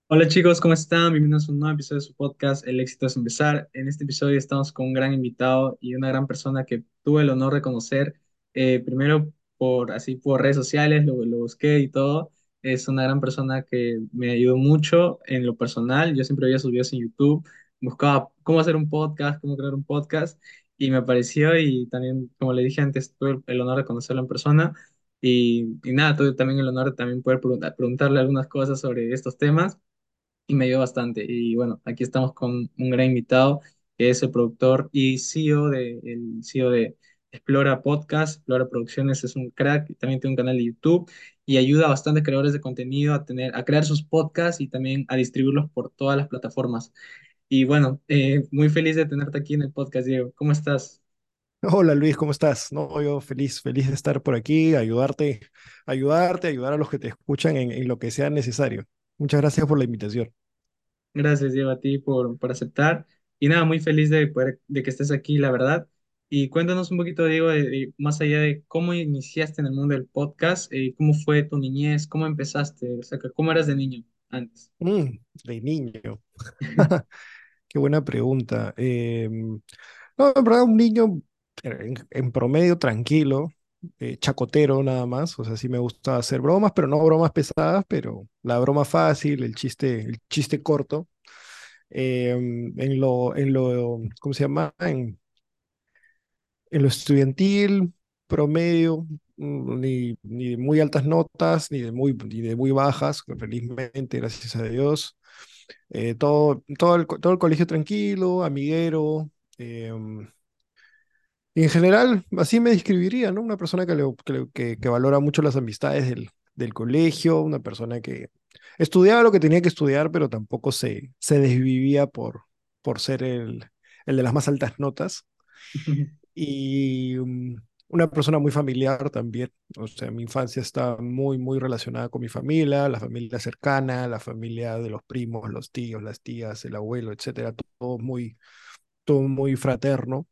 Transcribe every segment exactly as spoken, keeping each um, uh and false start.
Hola chicos, ¿cómo están? Bienvenidos a un nuevo episodio de su podcast El éxito es empezar. En este episodio estamos con un gran invitado y una gran persona que tuve el honor de conocer, eh, primero por así por redes sociales, lo, lo busqué y todo. Es una gran persona que me ayudó mucho en lo personal. Yo siempre veía sus videos en YouTube, buscaba cómo hacer un podcast, cómo crear un podcast y me apareció y también, como le dije antes, tuve el, el honor de conocerlo en persona. Y, y nada, tuve también el honor de también poder preguntar- preguntarle algunas cosas sobre estos temas y me ayudó bastante. Y bueno, aquí estamos con un gran invitado, que es el productor y C E O de, el C E O de Explora Podcast, Explora Producciones, es un crack, y también tiene un canal de YouTube y ayuda a bastantes creadores de contenido a tener, a crear sus podcasts y también a distribuirlos por todas las plataformas. Y bueno, eh, muy feliz de tenerte aquí en el podcast, Diego. ¿Cómo estás? Hola Luis, ¿cómo estás? No, yo feliz, feliz de estar por aquí, ayudarte, ayudarte, ayudar a los que te escuchan en, en lo que sea necesario. Muchas gracias por la invitación. Gracias, Diego, a ti por, por aceptar. Y nada, muy feliz de poder, de que estés aquí, la verdad. Y cuéntanos un poquito, Diego, de- de- más allá de cómo iniciaste en el mundo del podcast, eh, cómo fue tu niñez, cómo empezaste, o sea, que cómo eras de niño antes. Mm, de niño. Qué buena pregunta. Em, no, en verdad, un niño en, en promedio tranquilo, eh, chacotero nada más. O sea, sí me gusta hacer bromas, pero no bromas pesadas, pero la broma fácil, el chiste, el chiste corto. Em, en lo, en lo, ¿cómo se llama? En, En lo estudiantil, promedio, mm, ni, ni de muy altas notas, ni de muy, ni de muy bajas, felizmente, gracias a Dios. Eh, todo, todo el, co- todo el colegio tranquilo, amiguero. em, y en general, así me describiría, ¿no? Una persona que, le- que, le- que- que valora mucho las amistades del, del colegio, una persona que estudiaba lo que tenía que estudiar, pero tampoco se, se desvivía por, por ser el, el de las más altas notas y um, una persona muy familiar también. O sea, mi infancia está muy, muy relacionada con mi familia, la familia cercana, la familia de los primos, los tíos, las tías, el abuelo, etcétera. Todo muy, todo muy fraterno.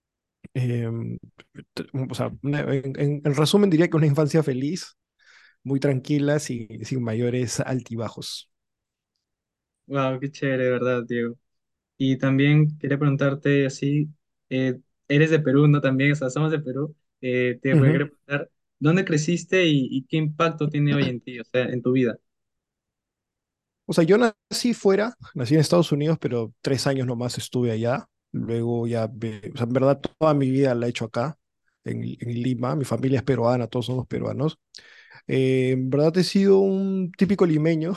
Em, t- o sea, una- en, en- en resumen diría que una infancia feliz, muy tranquila, sin, sin mayores altibajos. Wow, qué chévere, de verdad, Diego. Y también quería preguntarte así, eh, eres de Perú, ¿no? También, o sea, somos de Perú. Eh, te Ujú. quería preguntar, ¿dónde creciste y, y qué impacto tiene hoy en ti, o sea, en tu vida? O sea, yo nací fuera, nací en Estados Unidos, pero tres años nomás estuve allá. Luego ya, ve- o sea, en verdad toda mi vida la he hecho acá, en, en Lima. Mi familia es peruana, todos somos peruanos. Eh, en verdad he sido un típico limeño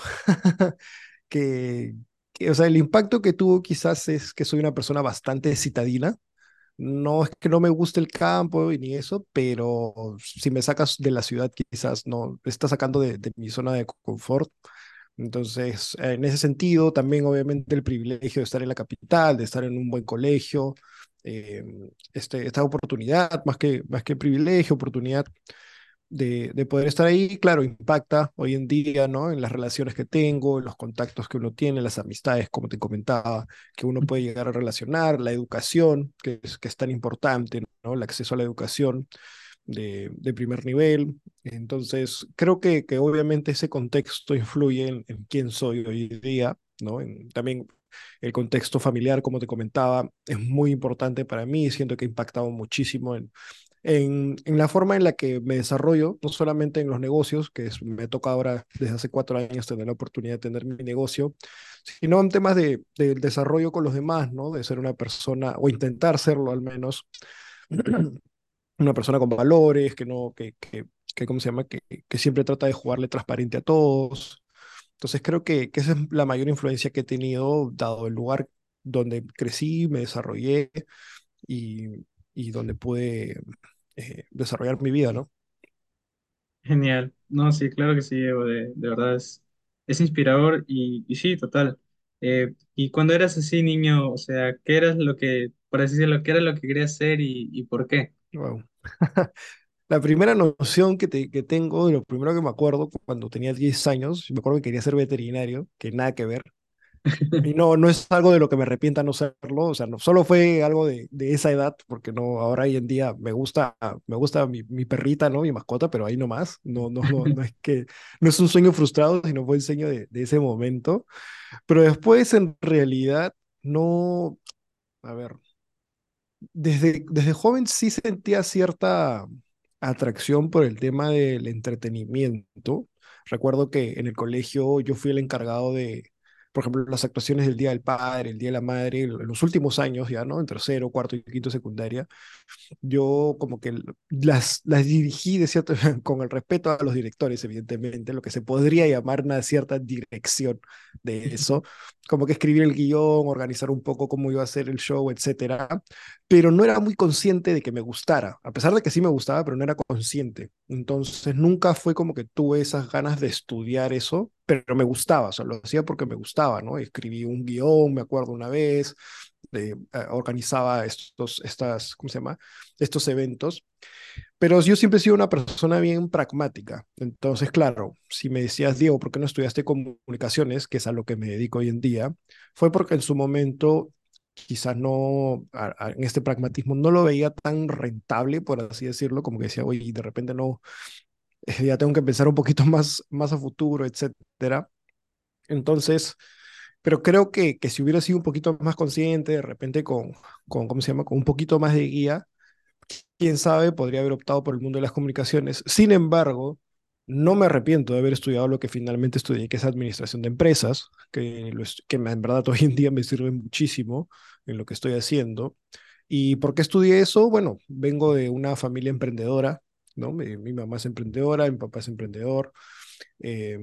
que, que, o sea, el impacto que tuvo quizás es que soy una persona bastante citadina. No es que no me guste el campo y ni eso, pero si me sacas de la ciudad, quizás no, me está sacando de, de mi zona de confort. Entonces, en ese sentido, también obviamente el privilegio de estar en la capital, de estar en un buen colegio, eh, este, esta oportunidad, más que, más que privilegio, oportunidad de, de poder estar ahí, claro, impacta hoy en día, ¿no? En las relaciones que tengo, en los contactos que uno tiene, las amistades, como te comentaba, que uno puede llegar a relacionar, la educación, que es, que es tan importante, ¿no? El acceso a la educación de, de primer nivel. Entonces, creo que, que obviamente ese contexto influye en, en quién soy hoy día, ¿no? En, también el contexto familiar, como te comentaba, es muy importante para mí. Siento que ha impactado muchísimo en, en, en la forma en la que me desarrollo, no solamente en los negocios, que es, me toca ahora desde hace cuatro años tener la oportunidad de tener mi negocio, sino en temas de, de desarrollo con los demás, ¿no? De ser una persona, o intentar serlo al menos, una persona con valores, que no, que, que, que ¿cómo se llama? Que, que siempre trata de jugarle transparente a todos. Entonces creo que, que esa es la mayor influencia que he tenido, dado el lugar donde crecí, me desarrollé y, y donde pude eh, desarrollar mi vida, ¿no? Genial. No, sí, claro que sí, Diego, de, de verdad es, es inspirador y, y sí, total. Eh, y cuando eras así niño, o sea, ¿qué eras lo que, por así decirlo, qué era lo que querías hacer y, y por qué? Wow. La primera noción que, te- que tengo, de lo primero que me acuerdo cuando tenía diez años, me acuerdo que quería ser veterinario, que nada que ver. Y no, no es algo de lo que me arrepienta no serlo, o sea, no, solo fue algo de, de esa edad, porque no, ahora hoy en día me gusta, me gusta mi, mi perrita, ¿no? Mi mascota, pero ahí nomás, no, no, no, no es que, no es un sueño frustrado, sino fue el sueño de, de ese momento. Pero después, en realidad, no, a ver, desde, desde joven sí sentía cierta atracción por el tema del entretenimiento. Recuerdo que en el colegio yo fui el encargado de, por ejemplo, las actuaciones del Día del Padre, el Día de la Madre, en los últimos años ya, ¿no? En tercero, cuarto y quinto secundaria yo como que las, las dirigí de cierto, con el respeto a los directores, evidentemente, lo que se podría llamar una cierta dirección de eso, como que escribir el guión, organizar un poco cómo iba a ser el show, etcétera, pero no era muy consciente de que me gustara, a pesar de que sí me gustaba, pero no era consciente. Entonces nunca fue como que tuve esas ganas de estudiar eso, pero me gustaba, o sea, lo hacía porque me gustaba, ¿no? Escribí un guión, me acuerdo una vez, eh, organizaba estos, estas, ¿cómo se llama? Estos eventos, pero yo siempre he sido una persona bien pragmática. Entonces, claro, si me decías, Diego, ¿por qué no estudiaste comunicaciones, que es a lo que me dedico hoy en día? Fue porque en su momento quizás no, a, a, en este pragmatismo no lo veía tan rentable, por así decirlo, como que decía, oye, de repente no, eh, ya tengo que pensar un poquito más, más a futuro, etcétera. Entonces, pero creo que, que si hubiera sido un poquito más consciente, de repente con, con, ¿cómo se llama? Con un poquito más de guía, quién sabe, podría haber optado por el mundo de las comunicaciones. Sin embargo, no me arrepiento de haber estudiado lo que finalmente estudié, que es administración de empresas, que, lo es- que me- en verdad hoy en día me sirve muchísimo en lo que estoy haciendo. ¿Y por qué estudié eso? Bueno, vengo de una familia emprendedora, ¿no? Mi, mi mamá es emprendedora, mi papá es emprendedor. Eh,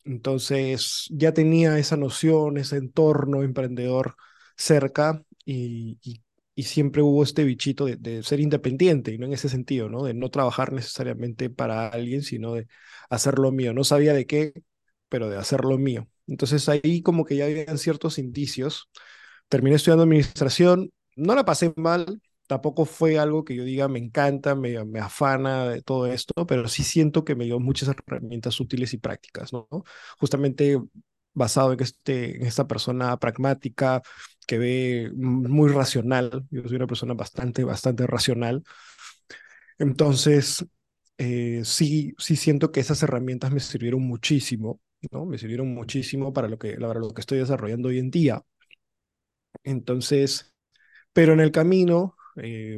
entonces ya tenía esa noción, ese entorno emprendedor cerca y, y, y siempre hubo este bichito de, de, ser independiente y no en ese sentido, ¿no? De no trabajar necesariamente para alguien, sino de hacerlo mío. No sabía de qué, pero de hacerlo mío. Entonces ahí como que ya habían ciertos indicios. Terminé estudiando administración, no la pasé mal, tampoco fue algo que yo diga me encanta, me, me afana de todo esto, pero sí siento que me dio muchas herramientas útiles y prácticas, ¿no? Justamente basado en, este, en esta persona pragmática que ve muy racional, yo soy una persona bastante, bastante racional, entonces eh, sí, sí siento que esas herramientas me sirvieron muchísimo, ¿no? Me sirvieron muchísimo para lo que, para lo que estoy desarrollando hoy en día. Entonces, pero en el camino eh,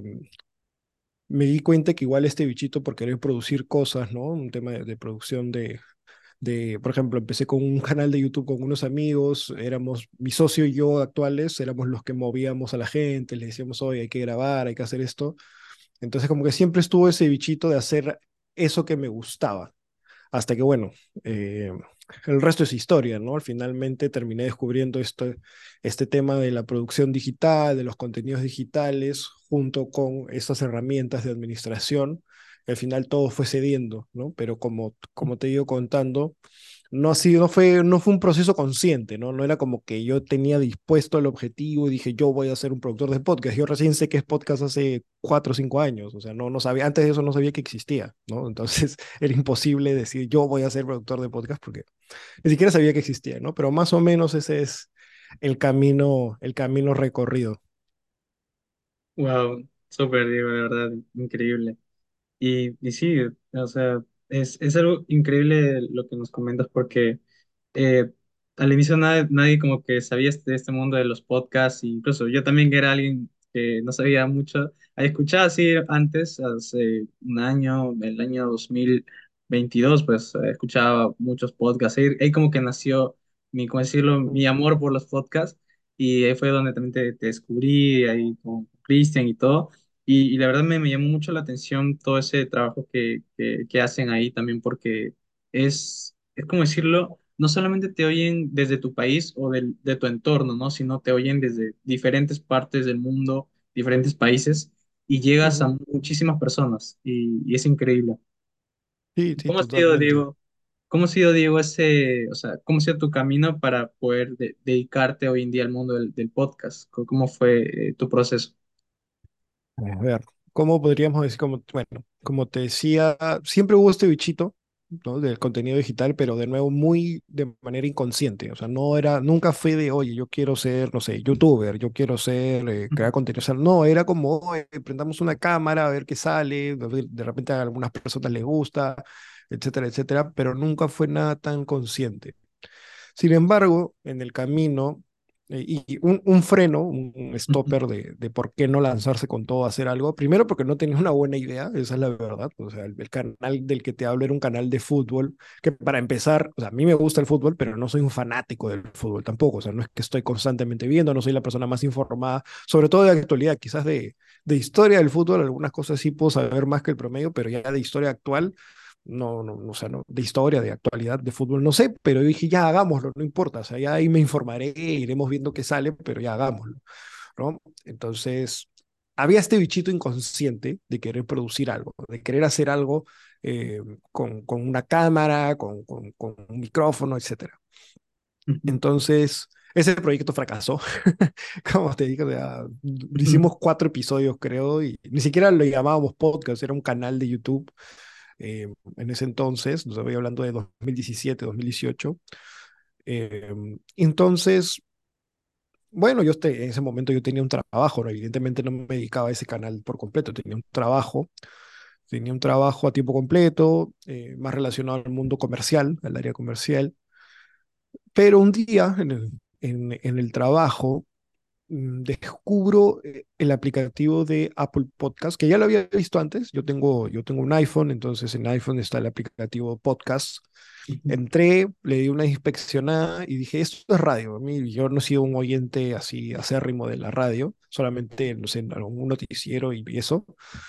me di cuenta que igual este bichito por querer producir cosas, ¿no? Un tema de, de producción de, de, por ejemplo, empecé con un canal de YouTube con unos amigos, éramos, mi socio y yo actuales, éramos los que movíamos a la gente, les decíamos, oye, hay que grabar, hay que hacer esto. Entonces, como que siempre estuvo ese bichito de hacer eso que me gustaba. Hasta que, bueno, eh, el resto es historia, ¿no? Finalmente terminé descubriendo esto, este tema de la producción digital, de los contenidos digitales, junto con estas herramientas de administración. Al final todo fue cediendo, ¿no? Pero como, como te ido contando, no, ha sido, no, fue, no fue un proceso consciente, ¿no? No era como que yo tenía dispuesto el objetivo y dije, yo voy a ser un productor de podcast. Yo recién sé que es podcast hace cuatro o cinco años, o sea, no, no sabía, antes de eso no sabía que existía, ¿no? Entonces era imposible decir, yo voy a ser productor de podcast porque ni siquiera sabía que existía, ¿no? Pero más o menos ese es el camino, el camino recorrido. Wow, súper, Diego, de verdad, increíble. Y, y sí, o sea, es, es algo increíble lo que nos comentas porque eh, al inicio nadie, nadie como que sabía este- de este mundo de los podcasts, e incluso yo también que era alguien que no sabía mucho, había escuchado así antes, hace un año, el año dos mil veintidós, pues eh, escuchaba muchos podcasts, ahí, ahí como que nació mi, ¿cómo decirlo?, mi amor por los podcasts, y ahí fue donde también te, te descubrí, ahí con Christian y todo. Y, y la verdad me, me llamó mucho la atención todo ese trabajo que, que, que hacen ahí también porque es, es como decirlo, no solamente te oyen desde tu país o del- de tu entorno, ¿no? Sino te oyen desde diferentes partes del mundo, diferentes países y llegas a Ujú. muchísimas personas y, y es increíble. Sí, sí, ¿Cómo ha sido, totalmente. Diego? ¿Cómo ha sido, Diego, ese, o sea, cómo ha sido tu camino para poder de- dedicarte hoy en día al mundo del, del podcast? ¿Cómo cómo fue eh, tu proceso? A ver, ¿cómo podríamos decir? Como, bueno, como te decía, siempre hubo este bichito, ¿no? Del contenido digital, pero de nuevo muy de manera inconsciente. O sea, no era, nunca fue de, oye, yo quiero ser, no sé, youtuber, yo quiero ser, eh, crear contenido. O sea, no, era como, oye, prendamos una cámara a ver qué sale, de de repente a algunas personas les gusta, etcétera, etcétera, pero nunca fue nada tan consciente. Sin embargo, en el camino, eh, y un, un freno, un, un stopper de, de por qué no lanzarse con todo a hacer algo, primero porque no tenía una buena idea, esa es la verdad, o sea, el, el canal del que te hablo era un canal de fútbol, que para empezar, o sea, a mí me gusta el fútbol, pero no soy un fanático del fútbol tampoco, o sea, no es que estoy constantemente viendo, no soy la persona más informada, sobre todo de actualidad, quizás de, de historia del fútbol, algunas cosas sí puedo saber más que el promedio, pero ya de historia actual no, no, no, o sea, no, de historia, de actualidad, de fútbol, no sé, pero yo dije, ya hagámoslo, no importa, o sea, ya ahí me informaré, iremos viendo qué sale, pero ya hagámoslo, ¿no? Entonces, había este bichito inconsciente de querer producir algo, de querer hacer algo eh, con, con, una cámara, con, con, con un micrófono, etcétera. Entonces, ese proyecto fracasó, como te digo, o sea, hicimos cuatro episodios, creo, y ni siquiera lo llamábamos podcast, era un canal de YouTube eh, en ese entonces, nos voy hablando de dos mil diecisiete, dos mil dieciocho. Eh, entonces, bueno, yo este, en ese momento yo tenía un trabajo, ¿no? Evidentemente no me dedicaba a ese canal por completo, tenía un trabajo, tenía un trabajo a tiempo completo, eh, más relacionado al mundo comercial, al área comercial, pero un día en el, en, en el trabajo mm, descubro eh, el aplicativo de Apple Podcast, que ya lo había visto antes. Yo tengo, yo tengo un iPhone, entonces en iPhone está el aplicativo Podcast. Entré, le di una inspeccionada y dije, esto es radio. A mí, yo no he sido un oyente así acérrimo de la radio, solamente, no sé, en algún noticiero y eso,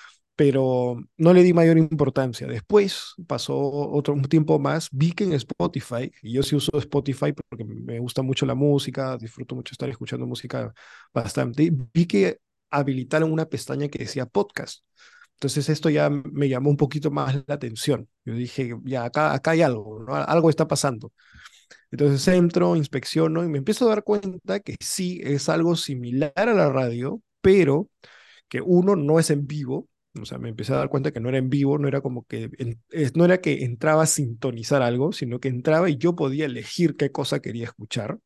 pero no le di mayor importancia. Después pasó otro un tiempo más, vi que en Spotify, y yo sí uso Spotify porque me gusta mucho la música, disfruto mucho estar escuchando música bastante, vi que habilitaron una pestaña que decía podcast. Entonces esto ya me llamó un poquito más la atención. Yo dije, ya acá, acá hay algo, ¿no? Algo está pasando. Entonces entro, inspecciono y me empiezo a dar cuenta que sí es algo similar a la radio, pero que uno no es en vivo, o sea, me empecé a dar cuenta que no era en vivo, no era como que, en, no era que entraba a sintonizar algo, sino que entraba y yo podía elegir qué cosa quería escuchar.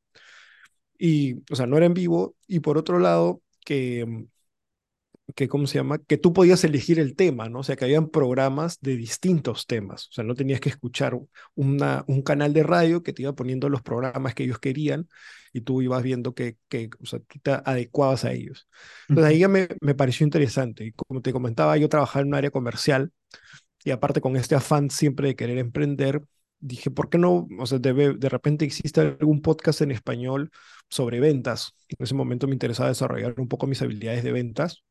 Y, o sea, no era en vivo. Y por otro lado, que, que, ¿cómo se llama? Que tú podías elegir el tema, ¿no? O sea, que habían programas de distintos temas. O sea, no tenías que escuchar una, un canal de radio que te iba poniendo los programas que ellos querían y tú ibas viendo que, que o sea, tú te adecuabas a ellos. Entonces ahí ya me, me pareció interesante. Y como te comentaba, yo trabajaba en un área comercial y aparte con este afán siempre de querer emprender, dije, ¿por qué no? O sea, de, de repente existe algún podcast en español sobre ventas. En ese momento me interesaba desarrollar un poco mis habilidades de ventas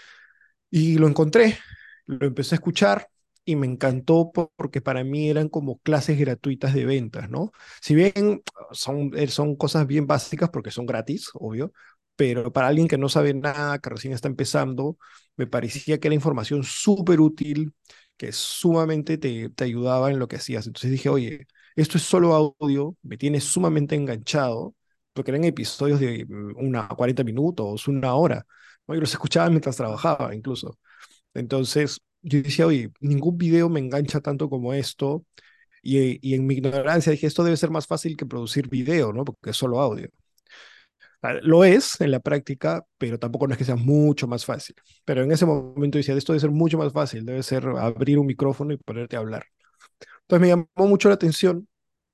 y lo encontré, lo empecé a escuchar y me encantó po- porque para mí eran como clases gratuitas de ventas, ¿no? Si bien son, eh, son cosas bien básicas porque son gratis, obvio, pero para alguien que no sabe nada, que recién está empezando, me parecía que era información súper útil, que sumamente te, te ayudaba en lo que hacías. Entonces dije, oye, esto es solo audio, me tiene sumamente enganchado, porque eran episodios de mm, una cuarenta minutos, una hora. ¿No? Yo los escuchaba mientras trabajaba incluso. Entonces yo decía, oye, ningún video me engancha tanto como esto. Y, y en mi ignorancia dije, esto debe ser más fácil que producir video, ¿no? Porque es solo audio. Ah, lo es en la práctica, pero tampoco no es que sea mucho más fácil. Pero en ese momento decía, esto debe ser mucho más fácil, debe ser abrir un micrófono y ponerte a hablar. Entonces me llamó mucho la atención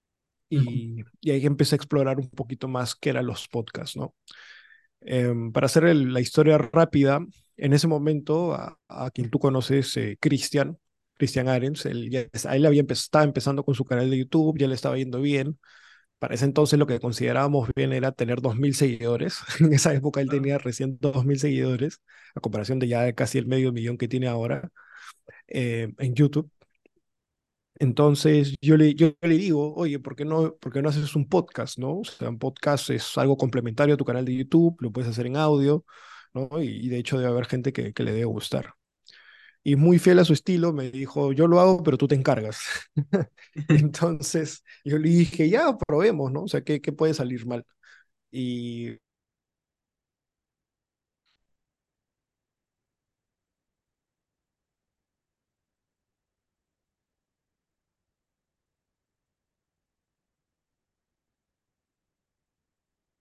y, y ahí empecé a explorar un poquito más qué eran los podcasts, ¿no? Eh, para hacer el- la historia rápida, en ese momento, a, a quien tú conoces, eh, Cristian, Cristian Arens, él ya, a él había empe- estaba empezando con su canal de YouTube, ya le estaba yendo bien. Para ese entonces lo que considerábamos bien era tener dos mil seguidores. En esa época él tenía recién dos mil seguidores, a comparación de ya casi el medio millón que tiene ahora eh, en YouTube. Entonces yo le, yo le digo, oye, ¿por qué no, por qué no haces un podcast, no? O sea, un podcast es algo complementario a tu canal de YouTube, lo puedes hacer en audio, ¿no? Y, y de hecho debe haber gente que, que le debe gustar. Y muy fiel a su estilo, me dijo, yo lo hago, pero tú te encargas. Entonces yo le dije, ya, probemos, ¿no? O sea, ¿qué, qué puede salir mal? Y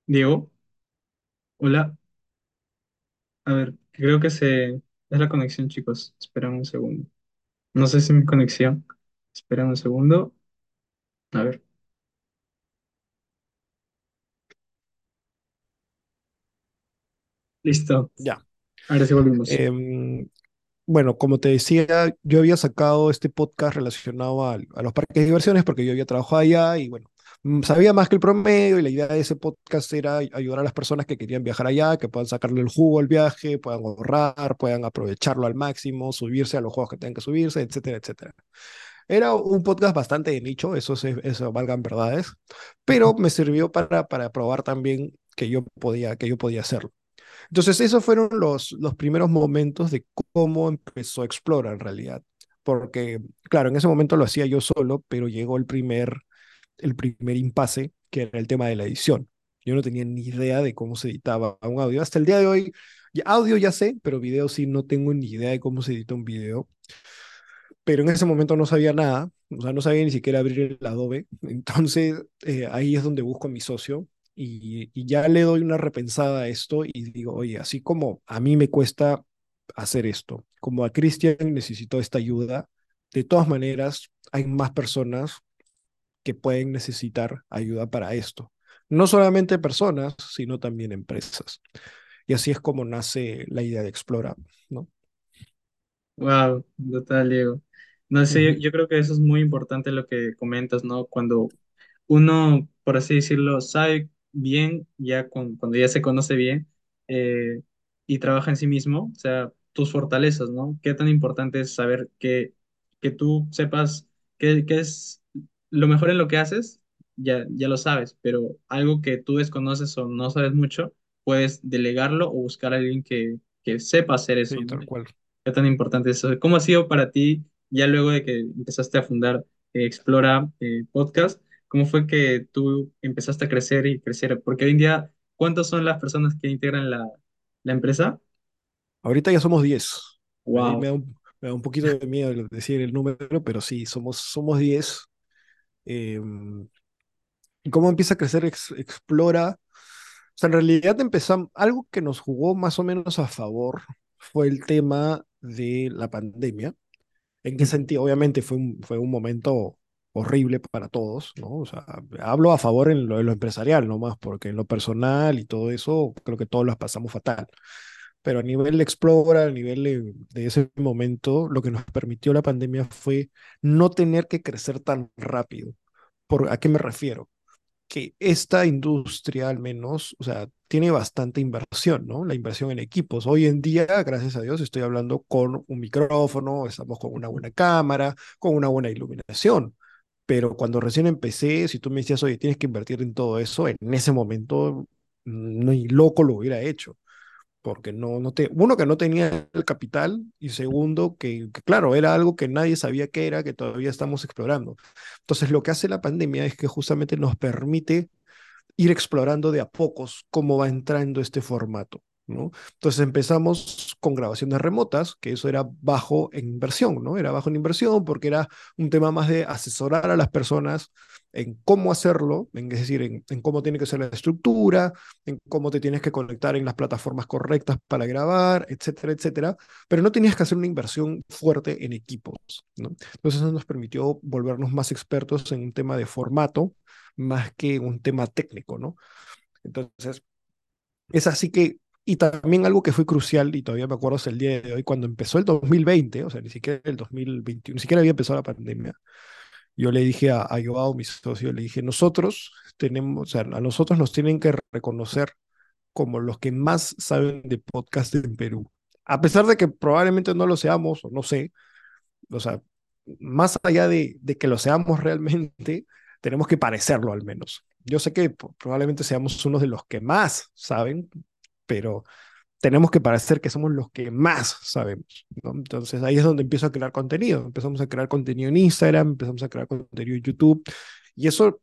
Diego, hola. A ver, creo que se... Es la conexión, chicos. Espera un segundo. No sé si mi conexión. Espera un segundo. A ver, listo. Ya. Ahora sí volvimos. Em, bueno, como te decía, yo había sacado este podcast relacionado al- a, los parques de diversiones porque yo había trabajado allá y bueno, mm, sabía más que el promedio y la idea de ese podcast era ay- ayudar a las personas que querían viajar allá, que puedan sacarle el jugo al viaje, puedan ahorrar, puedan aprovecharlo al máximo, subirse a los juegos que tengan que subirse, etcétera, etcétera. Era un podcast bastante de nicho, eso, se- eso valgan verdades, pero me sirvió para, para probar también que yo podía, que yo podía hacerlo. Entonces, esos fueron los, los primeros momentos de cómo empezó Explora en realidad. Porque, claro, en ese momento lo hacía yo solo, pero llegó el primer, el primer impasse, que era el tema de la edición. Yo no tenía ni idea de cómo se editaba un audio. Hasta el día de hoy, ya- audio ya sé, pero video sí no tengo ni idea de cómo se edita un video. Pero en ese momento no sabía nada, o sea, no sabía ni siquiera abrir el Adobe. Entonces, eh, ahí es donde busco a mi socio y, y ya le doy una repensada a esto y digo, oye, así como a mí me cuesta hacer esto, como a Cristian necesitó esta ayuda, de todas maneras, hay más personas que pueden necesitar ayuda para esto. No solamente personas, sino también empresas. Y así es como nace la idea de Explora, ¿no? Wow, total, Diego. No sé, yo, Ujú. yo creo que eso es muy importante lo que comentas, ¿no? Cuando uno, por así decirlo, sabe bien, ya con- cuando ya se conoce bien eh, y trabaja en sí mismo, o sea, tus fortalezas, ¿no? Qué tan importante es saber que, que tú sepas qué, qué es lo mejor en lo que haces, ya, ya lo sabes, pero algo que tú desconoces o no sabes mucho, puedes delegarlo o buscar a alguien que, que sepa hacer eso, Sí, ¿no? tal cual. ¿Qué tan importante es eso? ¿Cómo ha sido para ti, ya luego de que empezaste a fundar eh, Explora eh, Podcast? ¿Cómo fue que tú empezaste a crecer y crecer? Porque hoy en día, ¿cuántas son las personas que integran la, la empresa? Ahorita ya somos diez. Ahí me Wow, da un, me da un poquito de miedo decir el número, pero sí, somos, somos diez. Eh, ¿Y cómo empieza a crecer Ex- Explora? O sea, en realidad empezamos, algo que nos jugó más o menos a favor fue el tema de la pandemia. ¿En qué sentido? Obviamente fue un, fue un momento horrible para todos, ¿no? O sea, hablo a favor en lo, en lo empresarial nomás, porque en lo personal y todo eso, creo que todos las pasamos fatal. Pero a nivel de Explora, a nivel de, de ese momento, lo que nos permitió la pandemia fue no tener que crecer tan rápido. ¿Por, ¿A qué me refiero? Que esta industria al menos, o sea, tiene bastante inversión, ¿no? La inversión en equipos. Hoy en día, gracias a Dios, estoy hablando con un micrófono, estamos con una buena cámara, con una buena iluminación. Pero cuando recién empecé, si tú me decías, oye, tienes que invertir en todo eso, en ese momento, mm, ni loco lo hubiera hecho porque no, no te, uno que no tenía el capital y segundo que, que, claro, era algo que nadie sabía qué era, que todavía estamos explorando. Entonces lo que hace la pandemia es que justamente nos permite ir explorando de a pocos cómo va entrando este formato, ¿no? Entonces empezamos con grabaciones remotas, que eso era bajo en inversión, ¿no? Era bajo en inversión porque era un tema más de asesorar a las personas en cómo hacerlo, en, es decir, en, en cómo tiene que ser la estructura, en cómo te tienes que conectar en las plataformas correctas para grabar, etcétera, etcétera, pero no tenías que hacer una inversión fuerte en equipos, ¿no? Entonces eso nos permitió volvernos más expertos en un tema de formato, más que un tema técnico, ¿no? Entonces, es así que, y también algo que fue crucial, y todavía me acuerdo hasta el día de hoy, cuando empezó el dos mil veinte, o sea, ni siquiera el dos mil veintiuno, ni siquiera había empezado la pandemia, yo le dije a, a Joao, mi socio, le dije, nosotros tenemos, o sea, a nosotros nos tienen que reconocer como los que más saben de podcast en Perú. A pesar de que probablemente no lo seamos, o no sé, o sea, más allá de, de que lo seamos realmente, tenemos que parecerlo al menos. Yo sé que po- probablemente seamos unos de los que más saben, pero tenemos que parecer que somos los que más sabemos, ¿no? Entonces ahí es donde empiezo a crear contenido. Empezamos a crear contenido en Instagram, empezamos a crear contenido en YouTube, y eso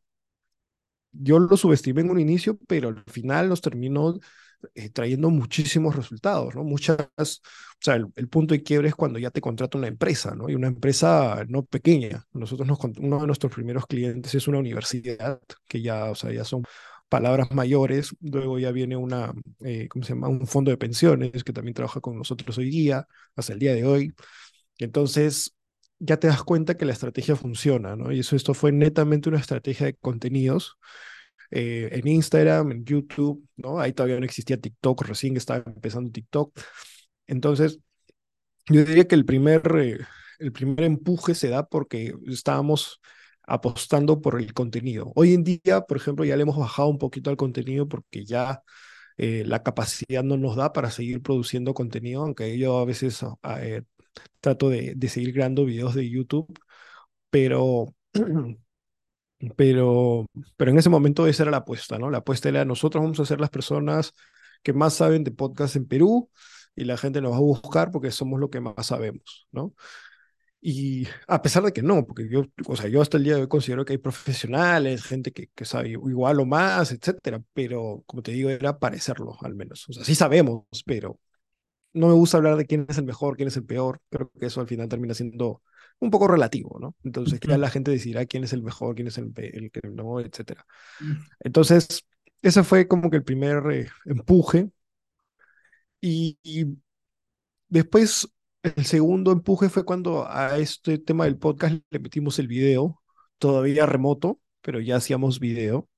yo lo subestimé en un inicio, pero al final nos terminó eh, trayendo muchísimos resultados, ¿no? Muchas, o sea, el, el punto de quiebre es cuando ya te contrata una empresa, ¿no? Y una empresa no pequeña. Nosotros nos, uno de nuestros primeros clientes es una universidad que ya, o sea, ya son palabras mayores. Luego ya viene una, eh, ¿cómo se llama? Un fondo de pensiones que también trabaja con nosotros hoy día, hasta el día de hoy. Entonces, ya te das cuenta que la estrategia funciona, ¿no? Y eso, esto fue netamente una estrategia de contenidos eh, en Instagram, en YouTube, ¿no? Ahí todavía no existía TikTok, recién estaba empezando TikTok. Entonces, yo diría que el primer, eh, el primer empuje se da porque estábamos apostando por el contenido. Hoy en día, por ejemplo, ya le hemos bajado un poquito al contenido porque ya eh, la capacidad no nos da para seguir produciendo contenido, aunque yo a veces ah, eh, trato de, de seguir creando videos de YouTube, pero, pero, pero en ese momento esa era la apuesta, ¿no? La apuesta era nosotros vamos a ser las personas que más saben de podcast en Perú y la gente nos va a buscar porque somos lo que más sabemos, ¿no? Y a pesar de que no, porque yo, o sea, yo hasta el día de hoy considero que hay profesionales, gente que, que sabe igual o más, etcétera, pero como te digo, era parecerlo al menos. O sea, sí sabemos, pero no me gusta hablar de quién es el mejor, quién es el peor. Creo que eso al final termina siendo un poco relativo, ¿no? Entonces ya la gente decidirá quién es el mejor, quién es el, el que no, etcétera. Entonces, ese fue como que el primer eh, empuje. Y, y después, el segundo empuje fue cuando a este tema del podcast le metimos el video, todavía remoto, pero ya hacíamos video.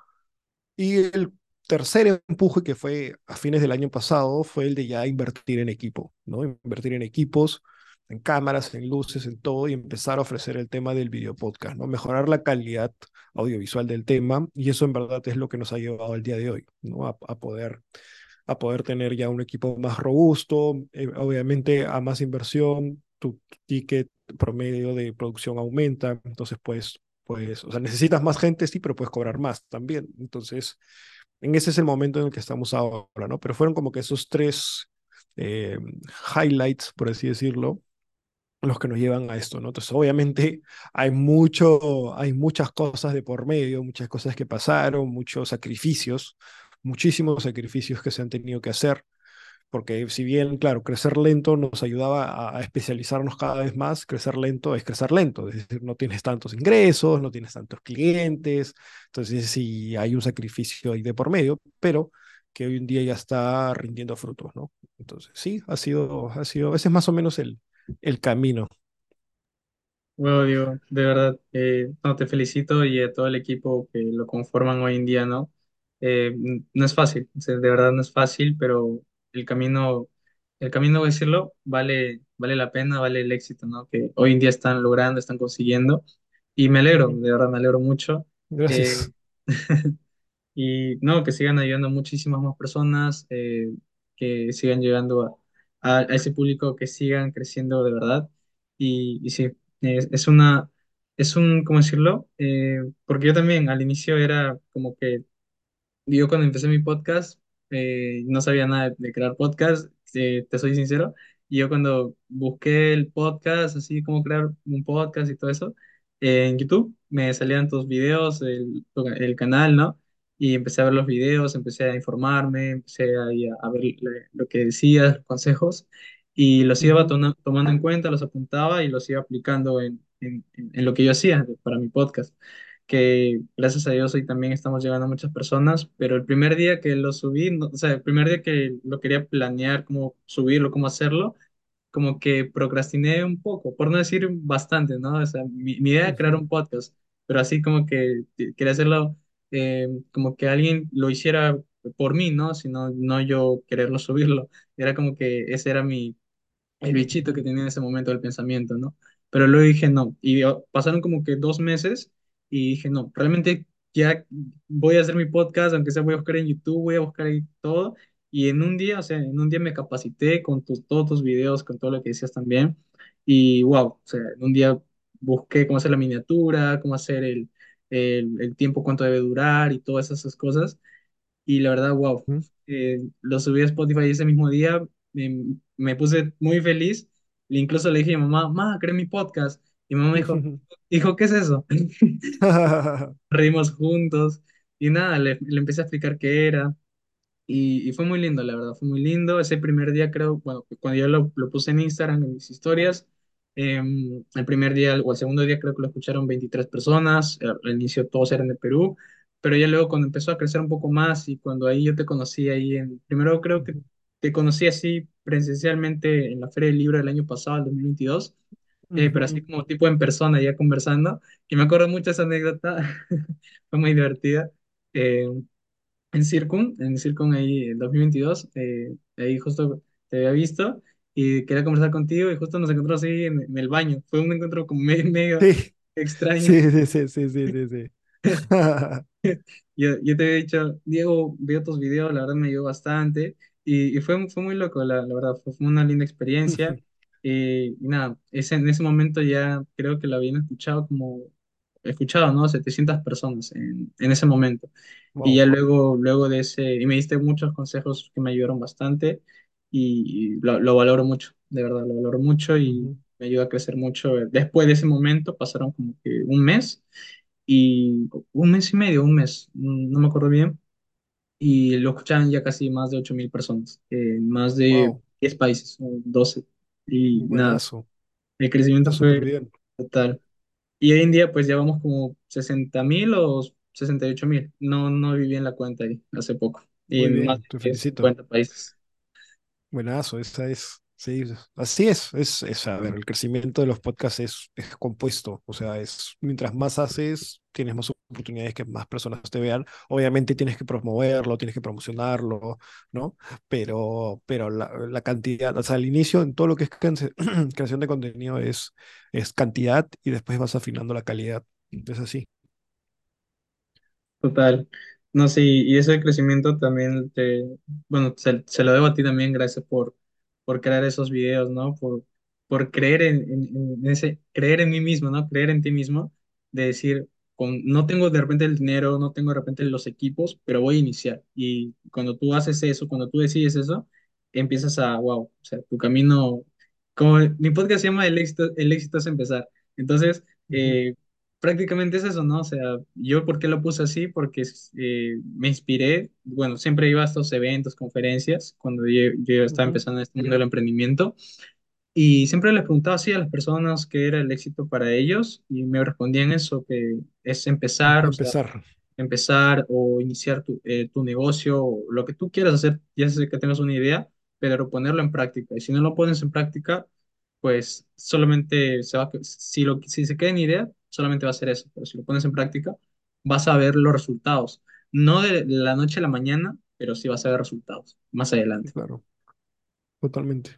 Y el tercer empuje, que fue a fines del año pasado, fue el de ya invertir en equipo, ¿no? Invertir en equipos, en cámaras, en luces, en todo, y empezar a ofrecer el tema del video podcast, ¿no? Mejorar la calidad audiovisual del tema, y eso en verdad es lo que nos ha llevado al día de hoy, ¿no? A, a poder a poder tener ya un equipo más robusto, eh, obviamente a más inversión, tu ticket promedio de producción aumenta, entonces pues, pues, o sea, necesitas más gente, sí, pero puedes cobrar más también. Entonces, en ese es el momento en el que estamos ahora, ¿no? Pero fueron como que esos tres eh, highlights, por así decirlo, los que nos llevan a esto, ¿no? Entonces, obviamente hay mucho, hay muchas cosas de por medio, muchas cosas que pasaron, muchos sacrificios, muchísimos sacrificios que se han tenido que hacer, porque si bien, claro, crecer lento nos ayudaba a, a especializarnos cada vez más, crecer lento es crecer lento, es decir, no tienes tantos ingresos, no tienes tantos clientes, entonces sí hay un sacrificio ahí de por medio, pero que hoy en día ya está rindiendo frutos, ¿no? Entonces, sí, ha sido, ha sido, ese es más o menos el, el camino. Bueno, Diego, de verdad, eh, no, te felicito y a todo el equipo que lo conforman hoy en día, ¿no? Eh, n- no es fácil, o sea, de verdad no es fácil, pero el camino, el camino, voy a decirlo, vale, vale la pena, vale el éxito, ¿no? Que hoy en día están logrando, están consiguiendo, y me alegro, Ujú. de verdad me alegro mucho. Eh, Gracias. y no, que sigan ayudando a muchísimas más personas, eh, que sigan llegando a, a- a ese público, que sigan creciendo de verdad. Y, y sí, es, es una, es un, ¿cómo decirlo? Eh, porque yo también al inicio era como que yo cuando empecé mi podcast eh, no sabía nada de, de crear podcast, eh, te soy sincero. Y yo cuando busqué el podcast, así como crear un podcast y todo eso, eh, en YouTube me salían tus videos, el, el canal, ¿no? Y empecé a ver los videos, empecé a informarme, empecé ahí a, a ver le- lo que decías, los consejos, y los iba Ujú, tona- tomando en cuenta, los apuntaba y los iba aplicando en, en en- en lo que yo hacía para mi podcast, que gracias a Dios hoy también estamos llegando a muchas personas, pero el primer día que lo subí, no- o sea, el primer día que lo quería planear, cómo subirlo, cómo hacerlo, como que procrastiné un poco, por no decir bastante, ¿no? O sea, mi, mi idea era crear ujú, un podcast, pero así como que eh, quería hacerlo eh, como que alguien lo hiciera por mí, ¿no? Sino no yo quererlo subirlo. Era como que ese era mi el bichito que tenía en ese momento del pensamiento, ¿no? Pero luego dije no, y oh, pasaron como que dos meses y dije no, realmente ya voy a hacer mi podcast, aunque sea voy a buscar en YouTube, voy a buscar ahí todo, y en un día, o sea, en un día me capacité con tus, todos tus videos, con todo lo que decías también, y wow, o sea, en un día busqué cómo hacer la miniatura, cómo hacer el, el, el tiempo, cuánto debe durar y todas esas cosas, y la verdad, wow, ujú. eh, lo subí a Spotify ese mismo día, me, me puse muy feliz, e incluso le dije a mi mamá, mamá, creé mi podcast, y mi mamá me dijo, hijo, ¿qué es eso? Reímos juntos, y nada, le, le empecé a explicar qué era, y, y fue muy lindo, la verdad, fue muy lindo. Ese primer día creo, bueno, cuando yo lo, lo puse en Instagram, en mis historias, eh, el primer día o el segundo día creo que lo escucharon veintitrés personas, al al inicio todos eran de Perú, pero ya luego cuando empezó a crecer un poco más y cuando ahí yo te conocí ahí en, primero creo que Ujú, te conocí así presencialmente en la Feria del Libro del año pasado, el dos mil veintidós, eh, pero así ujú. como tipo en persona, ya conversando, y me acuerdo mucho esa anécdota, fue muy divertida. Eh, en Circun, en Circun ahí en dos mil veintidós, eh, ahí justo te había visto y quería conversar contigo y justo nos encontramos ahí en, en el baño. Fue un encuentro como medio, medio Sí, extraño. sí, sí, sí, sí, sí, sí, sí. Yo, yo te había dicho, Diego, veo tus videos, la verdad me ayudó bastante y, y fue, fue muy loco, la, la verdad, fue, fue una linda experiencia. Eh, y nada, ese, en ese momento ya creo que lo habían escuchado como, escuchado, ¿no? setecientas personas en, en ese momento. Y Wow. ya luego, luego de ese, y me diste muchos consejos que me ayudaron bastante y, y lo, lo valoro mucho, de verdad, lo valoro mucho y Ujú. me ayudó a crecer mucho. Después de ese momento pasaron como que un mes y un mes y medio, un mes, mm, no me acuerdo bien, y lo escuchaban ya casi más de ocho mil personas, en más de Wow. diez países, o doce, y nada, Buenazo. el crecimiento Está súper fue bien. total. Y hoy en día pues ya vamos como sesenta mil o sesenta y ocho mil, no, no viví en la cuenta ahí hace poco, y Muy en más bien, te de felicito. cincuenta países. Buenazo, esa es. Sí, así es. Es, es, a ver, el crecimiento de los podcasts es, es compuesto. O sea, es mientras más haces, tienes más oportunidades que más personas te vean. Obviamente tienes que promoverlo, tienes que promocionarlo, ¿no? Pero, pero la, la cantidad, o sea, al inicio en todo lo que es canse- creación de contenido es, es cantidad y después vas afinando la calidad. Es así. Total. No, sí, y ese crecimiento también te, bueno, se, se lo debo a ti también, gracias por, por crear esos videos, ¿no? Por, por creer en, en- en ese, creer en mí mismo, ¿no? Creer en ti mismo, de decir, con, no tengo de repente el dinero, no tengo de repente los equipos, pero voy a iniciar. Y cuando tú haces eso, cuando tú decides eso, empiezas a, wow, o sea, tu camino, como mi podcast se llama El éxito, el éxito es empezar. Entonces, Ujú, eh, prácticamente es eso, ¿no? O sea, yo por qué lo puse así, porque eh, me inspiré, bueno, siempre iba a estos eventos, conferencias, cuando yo, yo estaba ujú. empezando en este mundo del emprendimiento, y siempre les preguntaba así a las personas qué era el éxito para ellos, y me respondían eso, que es empezar, o sea, Empezar, empezar o iniciar tu, eh, tu negocio, o lo que tú quieras hacer, ya sé que tengas una idea, pero ponerlo en práctica. Y si no lo pones en práctica, pues solamente se va, a que- si, lo, si se queda en idea, solamente va a ser eso. Pero si lo pones en práctica, vas a ver los resultados. No de la noche a la mañana, pero sí vas a ver resultados más adelante. claro, totalmente.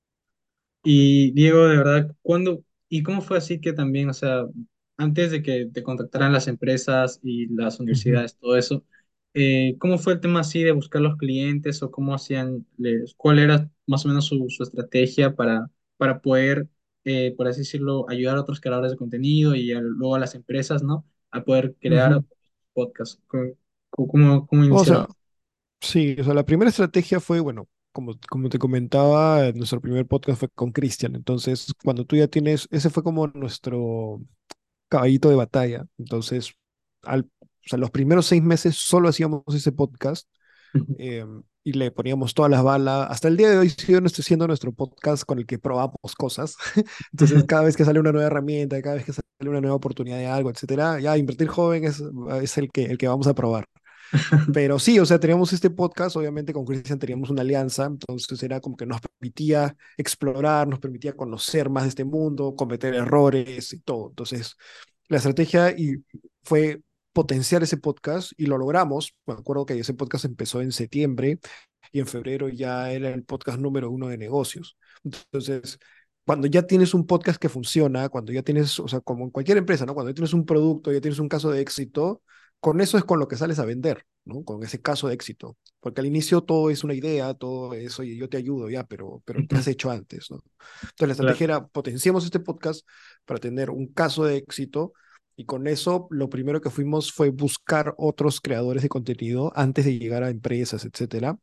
Y Diego, de verdad, ¿cuándo y cómo fue así que también, o sea, antes de que te contactaran las empresas y las Ujú, universidades, todo eso, eh, ¿cómo fue el tema así de buscar los clientes o cómo hacían, les- cuál era más o menos su, su estrategia para, para poder, eh, por así decirlo, ayudar a otros creadores de contenido y a- luego a las empresas, ¿no? A poder crear ujú. podcasts. ¿Cómo, cómo, cómo O iniciaron? sea, sí, o sea, la primera estrategia fue, bueno, como, como te comentaba, eh, nuestro primer podcast fue con Cristian. Entonces, cuando tú ya tienes, ese fue como nuestro caballito de batalla. Entonces, al, o sea, los primeros seis meses solo hacíamos ese podcast eh, y le poníamos todas las balas. Hasta el día de hoy sigue nuestro- siendo nuestro podcast con el que probamos cosas. Entonces, cada vez que sale una nueva herramienta, cada vez que sale una nueva oportunidad de algo, etcétera, ya invertir joven es, es el que, el que vamos a probar. Pero sí, o sea, teníamos este podcast, obviamente con Christian teníamos una alianza, entonces era como que nos permitía explorar, nos permitía conocer más de este mundo, cometer errores y todo. Entonces, la estrategia y fue potenciar ese podcast y lo logramos. Me acuerdo que ese podcast empezó en septiembre y en febrero ya era el podcast número uno de negocios. Entonces, cuando ya tienes un podcast que funciona, cuando ya tienes, o sea, como en cualquier empresa, ¿no? Cuando ya tienes un producto, ya tienes un caso de éxito, con eso es con lo que sales a vender, ¿no? Con ese caso de éxito. Porque al inicio todo es una idea, todo es, oye, yo te ayudo ya, pero, pero ¿qué has hecho antes, no? Entonces la Claro. estrategia era potenciemos este podcast para tener un caso de éxito y con eso lo primero que fuimos fue buscar otros creadores de contenido antes de llegar a empresas, etcétera.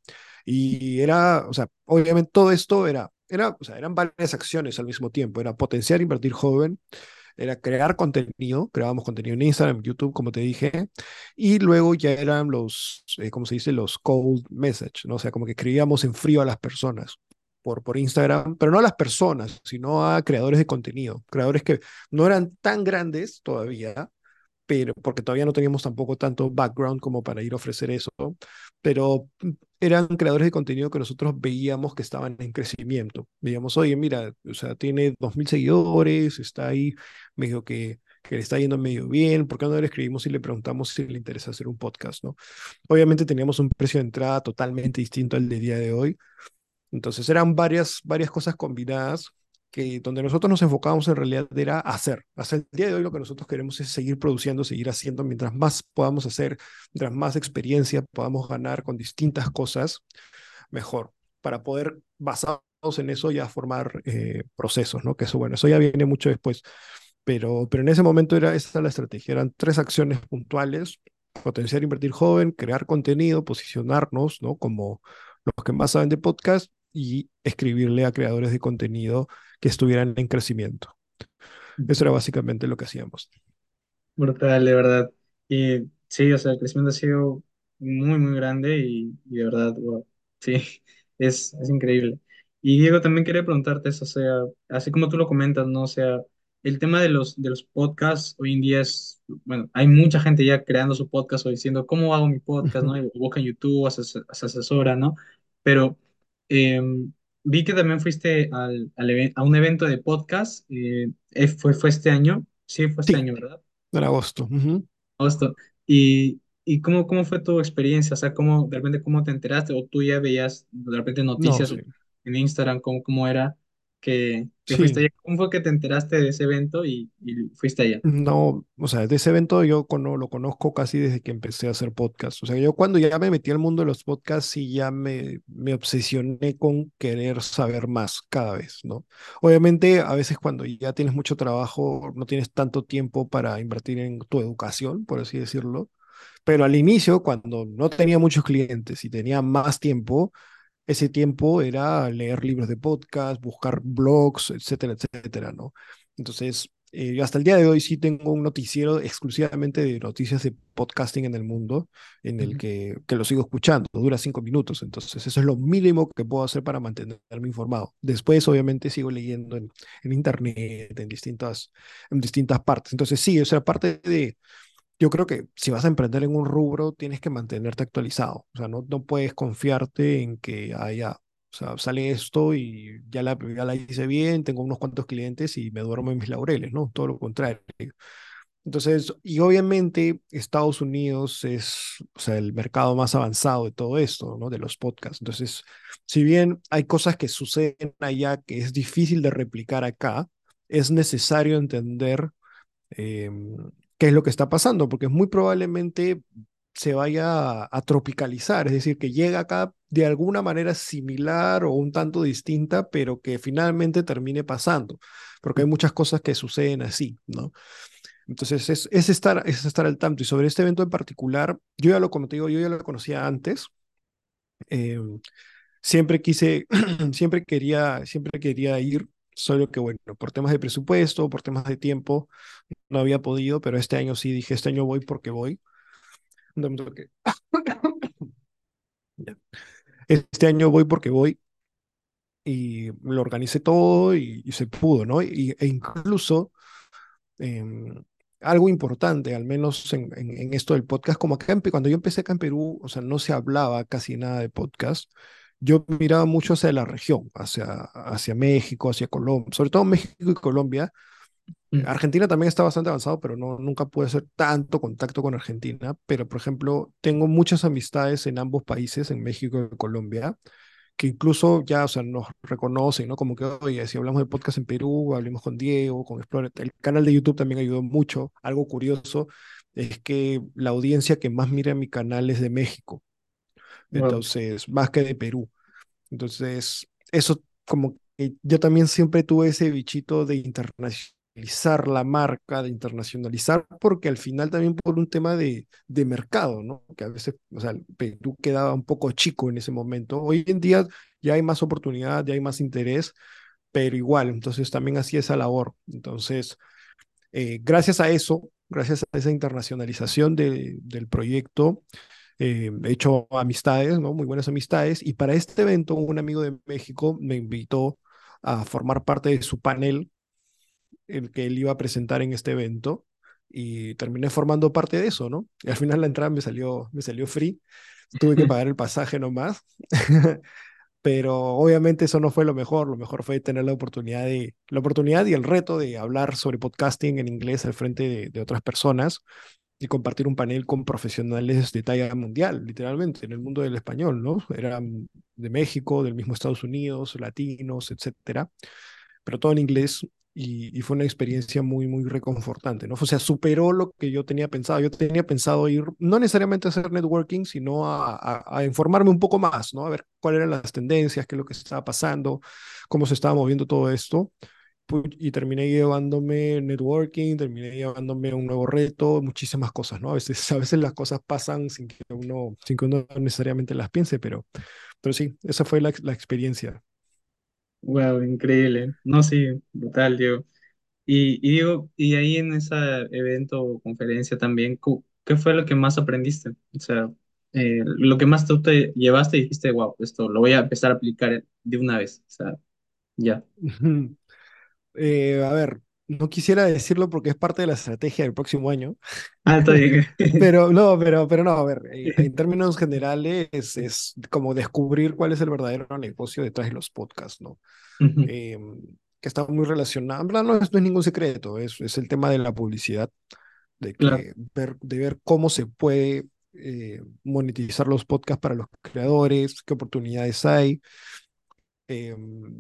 Y era, o sea, obviamente todo esto era, era, o sea, eran varias acciones al mismo tiempo. Era potenciar, invertir joven, era crear contenido, creábamos contenido en Instagram, YouTube, como te dije, y luego ya eran los, eh, ¿cómo se dice? Los cold message, ¿no? O sea, como que escribíamos en frío a las personas por, por Instagram, pero no a las personas, sino a creadores de contenido, creadores que no eran tan grandes todavía, pero porque todavía no teníamos tampoco tanto background como para ir a ofrecer eso, pero mm, eran creadores de contenido que nosotros veíamos que estaban en crecimiento. Veíamos, oye, mira, o sea, tiene dos mil seguidores, está ahí medio que, que le está yendo medio bien, ¿por qué no le escribimos y le preguntamos si le interesa hacer un podcast, ¿no? Obviamente teníamos un precio de entrada totalmente distinto al de día de hoy, entonces eran varias, varias cosas combinadas que donde nosotros nos enfocábamos en realidad era hacer. Hasta el día de hoy lo que nosotros queremos es seguir produciendo, seguir haciendo, mientras más podamos hacer, mientras más experiencia podamos ganar con distintas cosas, mejor, para poder, basados en eso, ya formar eh, procesos, ¿no? Que eso, bueno, eso ya viene mucho después, pero, pero en ese momento era esa la estrategia, eran tres acciones puntuales: potenciar, invertir joven, crear contenido, posicionarnos, ¿no? Como los que más saben de podcast y escribirle a creadores de contenido que estuvieran en crecimiento. Eso era básicamente lo que hacíamos. Brutal, de verdad. Y sí, o sea, el crecimiento ha sido muy, muy grande y, y de verdad, wow, sí, es, es increíble. Y Diego, también quería preguntarte eso, o sea, así como tú lo comentas, ¿no? O sea, el tema de los, de los podcasts hoy en día es, bueno, hay mucha gente ya creando su podcast o diciendo, ¿cómo hago mi podcast, no? Y busca en YouTube, se, se asesora, ¿no? Pero eh, vi que también fuiste al, al even- a un evento de podcast, eh, eh, fue, fue este año, sí, fue este Sí, año, ¿verdad? en agosto. Ujú. Agosto. ¿Y, y cómo, cómo fue tu experiencia? O sea, ¿cómo, de repente, cómo te enteraste? ¿O tú ya veías de repente No, noticias sí. en Instagram, cómo, cómo era que, que fuiste Sí, allá? ¿Cómo fue que te enteraste de ese evento y, y fuiste allá? no, o sea, de ese evento yo cono- lo conozco casi desde que empecé a hacer podcast. O sea, yo cuando ya me metí al mundo de los podcasts, sí ya me, me obsesioné con querer saber más cada vez, ¿no? Obviamente, a veces cuando ya tienes mucho trabajo, no tienes tanto tiempo para invertir en tu educación, por así decirlo. Pero al inicio, cuando no tenía muchos clientes y tenía más tiempo, ese tiempo era leer libros de podcast, buscar blogs, etcétera, etcétera, ¿no? Entonces, eh, yo hasta el día de hoy sí tengo un noticiero exclusivamente de noticias de podcasting en el mundo, en el Ujú, que, que lo sigo escuchando, dura cinco minutos, entonces eso es lo mínimo que puedo hacer para mantenerme informado. Después, obviamente, sigo leyendo en, en internet, en distintas, en distintas partes. Entonces, sí, o sea, parte de, yo creo que si vas a emprender en un rubro, tienes que mantenerte actualizado. O sea, no, no puedes confiarte en que haya, o sea, sale esto y ya la, ya la hice bien, tengo unos cuantos clientes y me duermo en mis laureles, ¿no? Todo lo contrario. Entonces, y obviamente Estados Unidos es, o sea, el mercado más avanzado de todo esto, ¿no? De los podcasts. Entonces, si bien hay cosas que suceden allá que es difícil de replicar acá, es necesario entender eh, qué es lo que está pasando, porque muy probablemente se vaya a, a tropicalizar, es decir, que llega acá de alguna manera similar o un tanto distinta, pero que finalmente termine pasando, porque hay muchas cosas que suceden así, ¿no? Entonces es, es, estar, es estar al tanto. Y sobre este evento en particular, yo ya lo, como te digo, yo ya lo conocía antes. eh, Siempre quise, siempre quería, siempre quería ir, solo que bueno, por temas de presupuesto, por temas de tiempo, no había podido, pero este año sí dije, este año voy porque voy. No me toque. Ya. Este año voy porque voy y lo organicé todo y, y se pudo, ¿no? Y, e incluso eh, algo importante, al menos en, en, en, esto del podcast, como acá en, cuando yo empecé acá en Perú, o sea, no se hablaba casi nada de podcast. Yo miraba mucho hacia la región, hacia, hacia México, hacia Colombia, sobre todo México y Colombia. ujú. Argentina también está bastante avanzado, pero no, nunca pude hacer tanto contacto con Argentina. Pero, por ejemplo, tengo muchas amistades en ambos países, en México y Colombia, que incluso ya, o sea, nos reconocen, ¿no? Como que, oye, si hablamos de podcast en Perú, hablemos con Diego, con Explorer. El canal de YouTube también ayudó mucho. Algo curioso es que la audiencia que más mira mi canal es de México, Wow. entonces, más que de Perú. Entonces, eso como que yo también siempre tuve ese bichito de internacionalizar la marca, de internacionalizar, porque al final también por un tema de, de mercado, ¿no? Que a veces, o sea, Perú quedaba un poco chico en ese momento. Hoy en día ya hay más oportunidad, ya hay más interés, pero igual, entonces también hacía esa labor. Entonces, eh, gracias a eso, gracias a esa internacionalización de, del proyecto, eh, he hecho amistades, ¿no? Muy buenas amistades. Y para este evento, un amigo de México me invitó a formar parte de su panel, el que él iba a presentar en este evento. y terminé formando parte de eso, ¿no? Y al final la entrada me salió, me salió free, tuve que pagar el pasaje nomás, pero obviamente eso no fue lo mejor, lo mejor fue tener la oportunidad de, la oportunidad y el reto de hablar sobre podcasting en inglés al frente de, de otras personas y compartir un panel con profesionales de talla mundial, literalmente, en el mundo del español, ¿no? Eran de México, del mismo Estados Unidos, latinos, etcétera, pero todo en inglés y, y fue una experiencia muy, muy reconfortante, ¿no? O sea, superó lo que yo tenía pensado. Yo tenía pensado ir, no necesariamente a hacer networking, sino a, a, a informarme un poco más, ¿no? A ver cuáles eran las tendencias, qué es lo que estaba pasando, cómo se estaba moviendo todo esto y terminé llevándome networking, terminé llevándome un nuevo reto, muchísimas cosas, ¿no? A veces, a veces las cosas pasan sin que uno, sin que uno necesariamente las piense, pero, pero sí, esa fue la, la experiencia. Wow, increíble. No, sí, brutal, Diego. Y, y digo, y ahí en ese evento o conferencia también, cu- ¿qué fue lo que más aprendiste? O sea, eh, lo que más tú te llevaste y dijiste, wow, esto lo voy a empezar a aplicar de una vez. O sea, ya. Eh, a ver, no quisiera decirlo porque es parte de la estrategia del próximo año, Ah, está bien. pero no, pero, pero no, a ver, eh, en términos generales es como descubrir cuál es el verdadero negocio detrás de los podcasts, ¿no? Ujú. Eh, que está muy relacionado, en verdad no es, no es ningún secreto, es, es el tema de la publicidad, de Claro. que ver, de ver cómo se puede eh, monetizar los podcasts para los creadores, qué oportunidades hay, eh,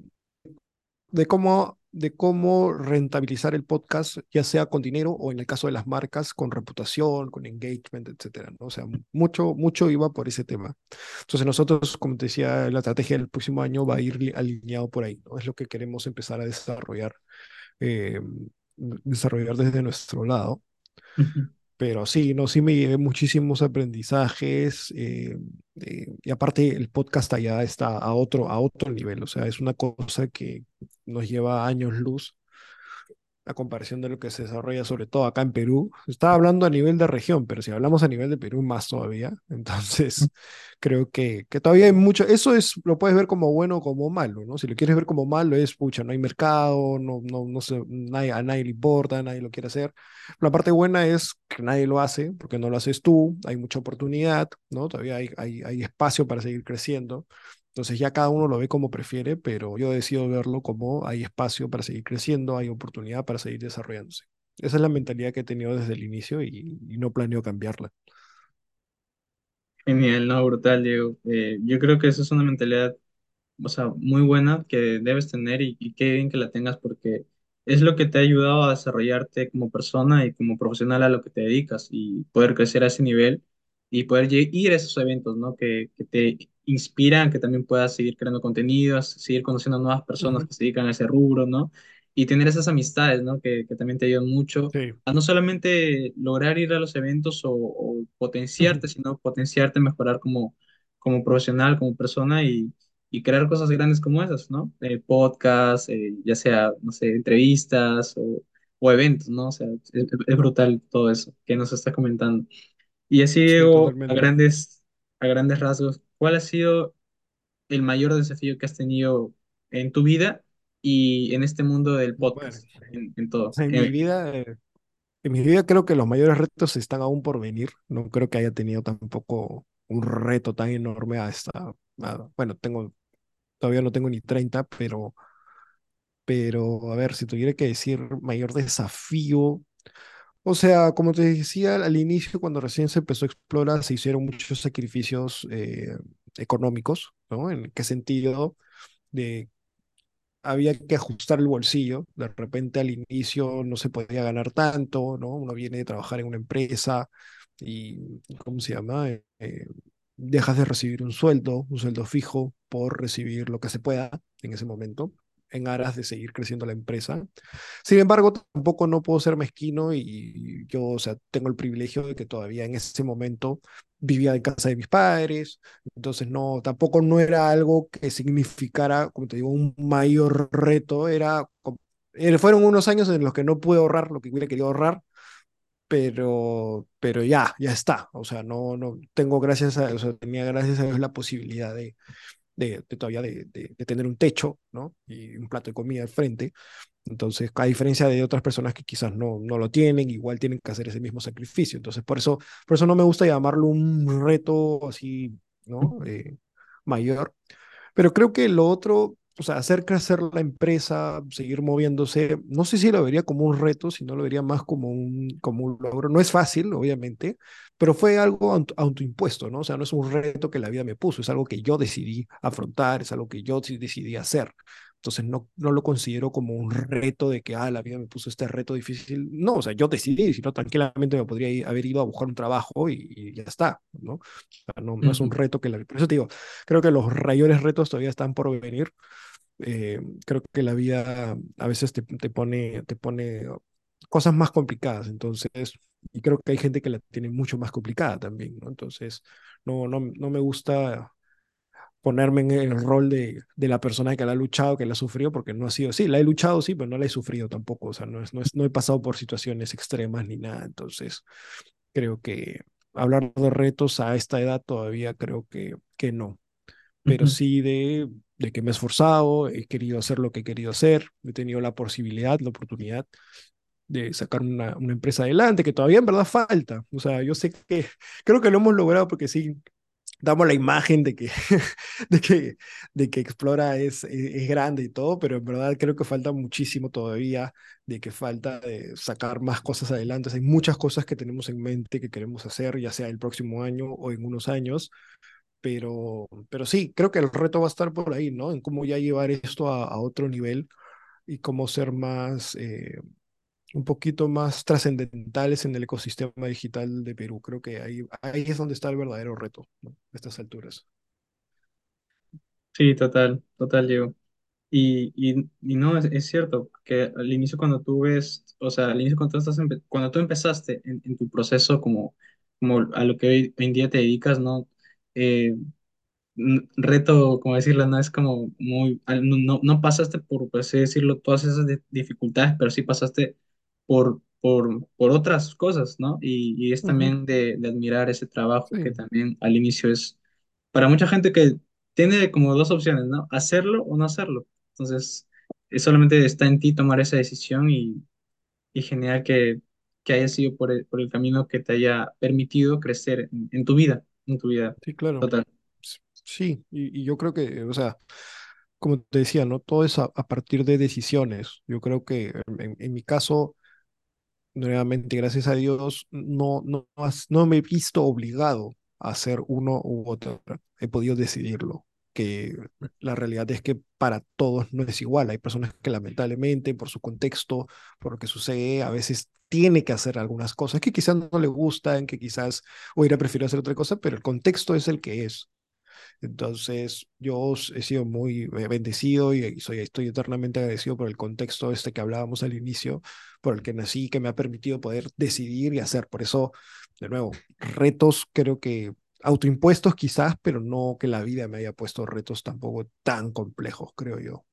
de cómo, de cómo rentabilizar el podcast, ya sea con dinero o en el caso de las marcas, con reputación, con engagement, etcétera, ¿no? O sea, mucho, mucho iba por ese tema. Entonces nosotros, como te decía, la estrategia del próximo año va a ir li- alineado por ahí, ¿no? Es lo que queremos empezar a desarrollar, eh, desarrollar desde nuestro lado. Ujú. Pero sí, no, sí me llevé muchísimos aprendizajes eh, eh, y aparte el podcast allá está a otro, a otro nivel, o sea, es una cosa que nos lleva años luz a comparación de lo que se desarrolla sobre todo acá en Perú. Estaba hablando a nivel de región, pero si hablamos a nivel de Perú más todavía. Entonces, creo que, que todavía hay mucho, eso es, lo puedes ver como bueno o como malo, ¿no? Si lo quieres ver como malo es, pucha, no hay mercado, no, no, no sé, nadie, a nadie le importa, nadie lo quiere hacer. La parte buena es que nadie lo hace, porque no lo haces tú, hay mucha oportunidad, ¿no? Todavía hay, hay, hay espacio para seguir creciendo. Entonces ya cada uno lo ve como prefiere, pero yo decido verlo como hay espacio para seguir creciendo, hay oportunidad para seguir desarrollándose. Esa es la mentalidad que he tenido desde el inicio y, y no planeo cambiarla. Genial, no, brutal, Diego. Eh, yo creo que eso es una mentalidad, o sea, muy buena que debes tener y, y qué bien que la tengas porque es lo que te ha ayudado a desarrollarte como persona y como profesional a lo que te dedicas y poder crecer a ese nivel y poder lle- ir a esos eventos, ¿no? Que, que te inspiran, que también puedas seguir creando contenidos, seguir conociendo nuevas personas Ujú. que se dedican a ese rubro, ¿no? Y tener esas amistades, ¿no? Que, que también te ayudan mucho Sí. a no solamente lograr ir a los eventos o, o Ujú. potenciarte, sino potenciarte, mejorar como, como profesional, como persona y y crear cosas grandes como esas, ¿no? Eh, podcasts, eh, ya sea, no sé, entrevistas o, o eventos, ¿no? O sea, es, es brutal todo eso que nos está comentando. Y así, Sí, Diego, a totalmente. grandes, a grandes rasgos, ¿cuál ha sido el mayor desafío que has tenido en tu vida y en este mundo del Bueno, podcast, en, en todo? en mi Eh, vida, eh, en mi vida creo que los mayores retos están aún por venir. No creo que haya tenido tampoco un reto tan enorme hasta, ah, bueno, tengo, todavía no tengo ni treinta, pero, pero a ver, si tuviera que decir mayor desafío. O sea, como te decía al inicio, cuando recién se empezó a explorar, se hicieron muchos sacrificios eh, económicos, ¿no? ¿En qué sentido? De había que ajustar el bolsillo. De repente al inicio no se podía ganar tanto, ¿no? Uno viene de trabajar en una empresa y, ¿cómo se llama? Eh, eh, dejas de recibir un sueldo, un sueldo fijo por recibir lo que se pueda en ese momento, en aras de seguir creciendo la empresa. Sin embargo, tampoco no puedo ser mezquino y yo, o sea, tengo el privilegio de que todavía en ese momento vivía en casa de mis padres, entonces no, tampoco no era algo que significara, como te digo, un mayor reto, era, como- eh, fueron unos años en los que no pude ahorrar lo que hubiera querido ahorrar, pero, pero ya, ya está, o sea, no, no, tengo gracias a, o sea, tenía gracias a Dios la posibilidad de, de, de todavía de, de, de tener un techo, ¿no? Y un plato de comida al frente Entonces, a diferencia de otras personas que quizás no, no lo tienen, igual tienen que hacer ese mismo sacrificio. Entonces, por eso, por eso no me gusta llamarlo un reto así, ¿no? Eh, mayor. Pero creo que lo otro, o sea, hacer crecer la empresa, seguir moviéndose, no sé si lo vería como un reto, sino lo vería más como un, como un logro. No es fácil, obviamente, pero fue algo auto- autoimpuesto, ¿no? O sea, no es un reto que la vida me puso, es algo que yo decidí afrontar, es algo que yo sí decidí hacer. Entonces no, no lo considero como un reto de que, ah, la vida me puso este reto difícil. No, o sea, yo decidí, si no, tranquilamente me podría ir- haber ido a buscar un trabajo y, y ya está, ¿no? O sea, no, no es un Ujú, reto que la... Por eso te digo, creo que los mayores retos todavía están por venir. Eh, creo que la vida a veces te, te pone, te pone cosas más complicadas, entonces, y creo que hay gente que la tiene mucho más complicada también, ¿no? Entonces, no, no, no me gusta ponerme en el rol de, de la persona que la ha luchado, que la ha sufrido, porque no ha sido, sí, la he luchado, sí, pero no la he sufrido tampoco, o sea, no, es, no, es, no he pasado por situaciones extremas ni nada, entonces, creo que hablar de retos a esta edad todavía creo que, que no, pero ujú. sí de, de que me he esforzado, he querido hacer lo que he querido hacer, he tenido la posibilidad, la oportunidad de sacar una, una empresa adelante, que todavía en verdad falta. O sea, yo sé que creo que lo hemos logrado porque sí damos la imagen de que, de que, de que Explora es, es, es grande y todo, pero en verdad creo que falta muchísimo todavía, de que falta de sacar más cosas adelante. O sea, hay muchas cosas que tenemos en mente que queremos hacer, ya sea el próximo año o en unos años, pero, pero sí, creo que el reto va a estar por ahí, ¿no? En cómo ya llevar esto a, a otro nivel y cómo ser más, eh, un poquito más trascendentales en el ecosistema digital de Perú. Creo que ahí, ahí es donde está el verdadero reto, ¿no? A estas alturas. Sí, total, total, Diego. Y, y, y no, es, es cierto que al inicio cuando tú ves, o sea, al inicio cuando tú, estás empe- cuando tú empezaste en, en tu proceso como, como a lo que hoy, hoy en día te dedicas, ¿no? Eh, n- reto, como decirlo, no es como muy, al- no, no no pasaste por, por así decirlo, todas esas di- dificultades, pero sí pasaste por, por, por otras cosas, ¿no? Y, y es Ujú. también de, de admirar ese trabajo que Sí, también al inicio es, para mucha gente que tiene como dos opciones, ¿no? Hacerlo o no hacerlo. Entonces, es solamente está en ti tomar esa decisión y, y genial que, que haya sido por el, por el camino que te haya permitido crecer en, en tu vida, en tu vida sí, claro. total. S- Sí, y, y yo creo que, o sea, como te decía, ¿no? Todo es a, a partir de decisiones. Yo creo que en, en mi caso, nuevamente, gracias a Dios, no, no, has- no me he visto obligado a hacer uno u otro. He podido decidirlo. Que la realidad es que para todos no es igual. Hay personas que lamentablemente, por su contexto, por lo que sucede, a veces tiene que hacer algunas cosas que quizás no le gustan, que quizás hubiera preferido hacer otra cosa, pero el contexto es el que es. Entonces, yo he sido muy eh, bendecido y soy, estoy eternamente agradecido por el contexto este que hablábamos al inicio, por el que nací, que me ha permitido poder decidir y hacer. Por eso, de nuevo, retos creo que autoimpuestos quizás, pero no que la vida me haya puesto retos tampoco tan complejos, creo yo.